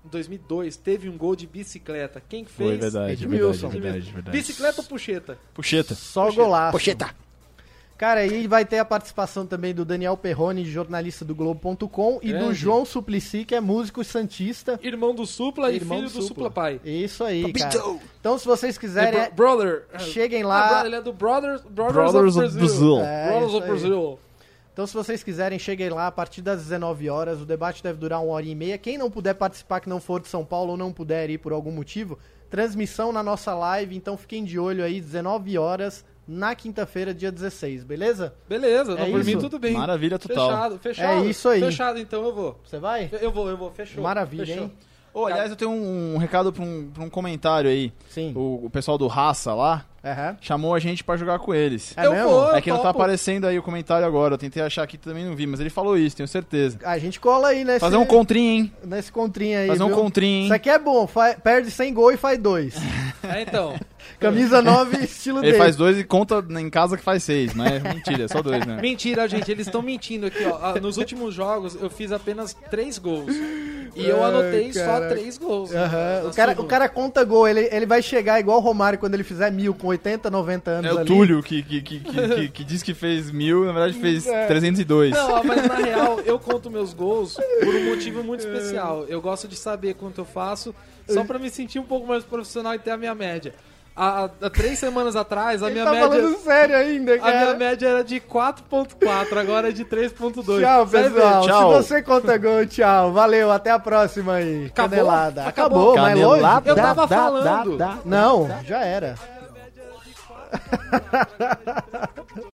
2002, teve um gol de bicicleta. Quem que fez? Foi verdade, Edmilson. verdade. Bicicleta ou puxeta? Puxeta. Só golaço. Puxeta. Cara, aí vai ter a participação também do Daniel Perrone, jornalista do Globo.com, e do Grande. João Suplicy, que é músico santista. Irmão do Supla e Irmão filho do Supla pai. Isso aí, cara. Então, se vocês quiserem, Brother. cheguem lá. Ele é do Brothers Brothers of Brazil. isso Brothers of aí. Brazil. Então, se vocês quiserem, cheguem lá a partir das 19 horas. O debate deve durar 1h30. Quem não puder participar, que não for de São Paulo ou não puder ir por algum motivo, transmissão na nossa live. Então, fiquem de olho aí, 19 horas, na quinta-feira, dia 16, beleza? Beleza, É por mim isso? tudo bem. Maravilha total. Fechado. É isso aí. Fechado, então eu vou. Você vai? Eu vou, fechou. Maravilha, Fechou. hein? Ô, aliás, eu tenho um recado pra um comentário aí. Sim. O pessoal do Raça lá Aham. chamou a gente pra jogar com eles. É Eu mesmo? vou. É que não tá topo. aparecendo aí o comentário agora. Eu tentei achar aqui e também não vi, mas ele falou isso, tenho certeza. A gente cola aí nesse, Fazer um contrinho, hein? nesse contrinho aí, Fazer um viu? contrinho, Isso hein? aqui é bom, perde 100 gol e faz 2. Então. Camisa 9, estilo Ele dele. faz 2 e conta em casa que faz 6, mas é mentira, é só 2, né? Mentira, gente, eles estão mentindo aqui, ó. Nos últimos jogos eu fiz apenas 3 gols. E eu Ai, anotei caraca. só 3 gols. Aham. Assim, O cara conta gol, ele vai chegar igual o Romário quando ele fizer 1000 com 80, 90 anos É o ali. Túlio que diz que fez 1000, na verdade fez 302. Não, mas na real eu conto meus gols por um motivo muito especial. Eu gosto de saber quanto eu faço, só pra me sentir um pouco mais profissional e ter a minha média. Há 3 semanas atrás, a Ele minha tá média. falando sério ainda, A minha cara. média era de 4.4, agora é de 3.2. Tchau, Vai ver. pessoal. Tchau. Se você conta gol, tchau. Valeu, até a próxima aí. Acabou? Canelada. Acabou. Acabou, mas longe. Eu tava falando. Não, já era.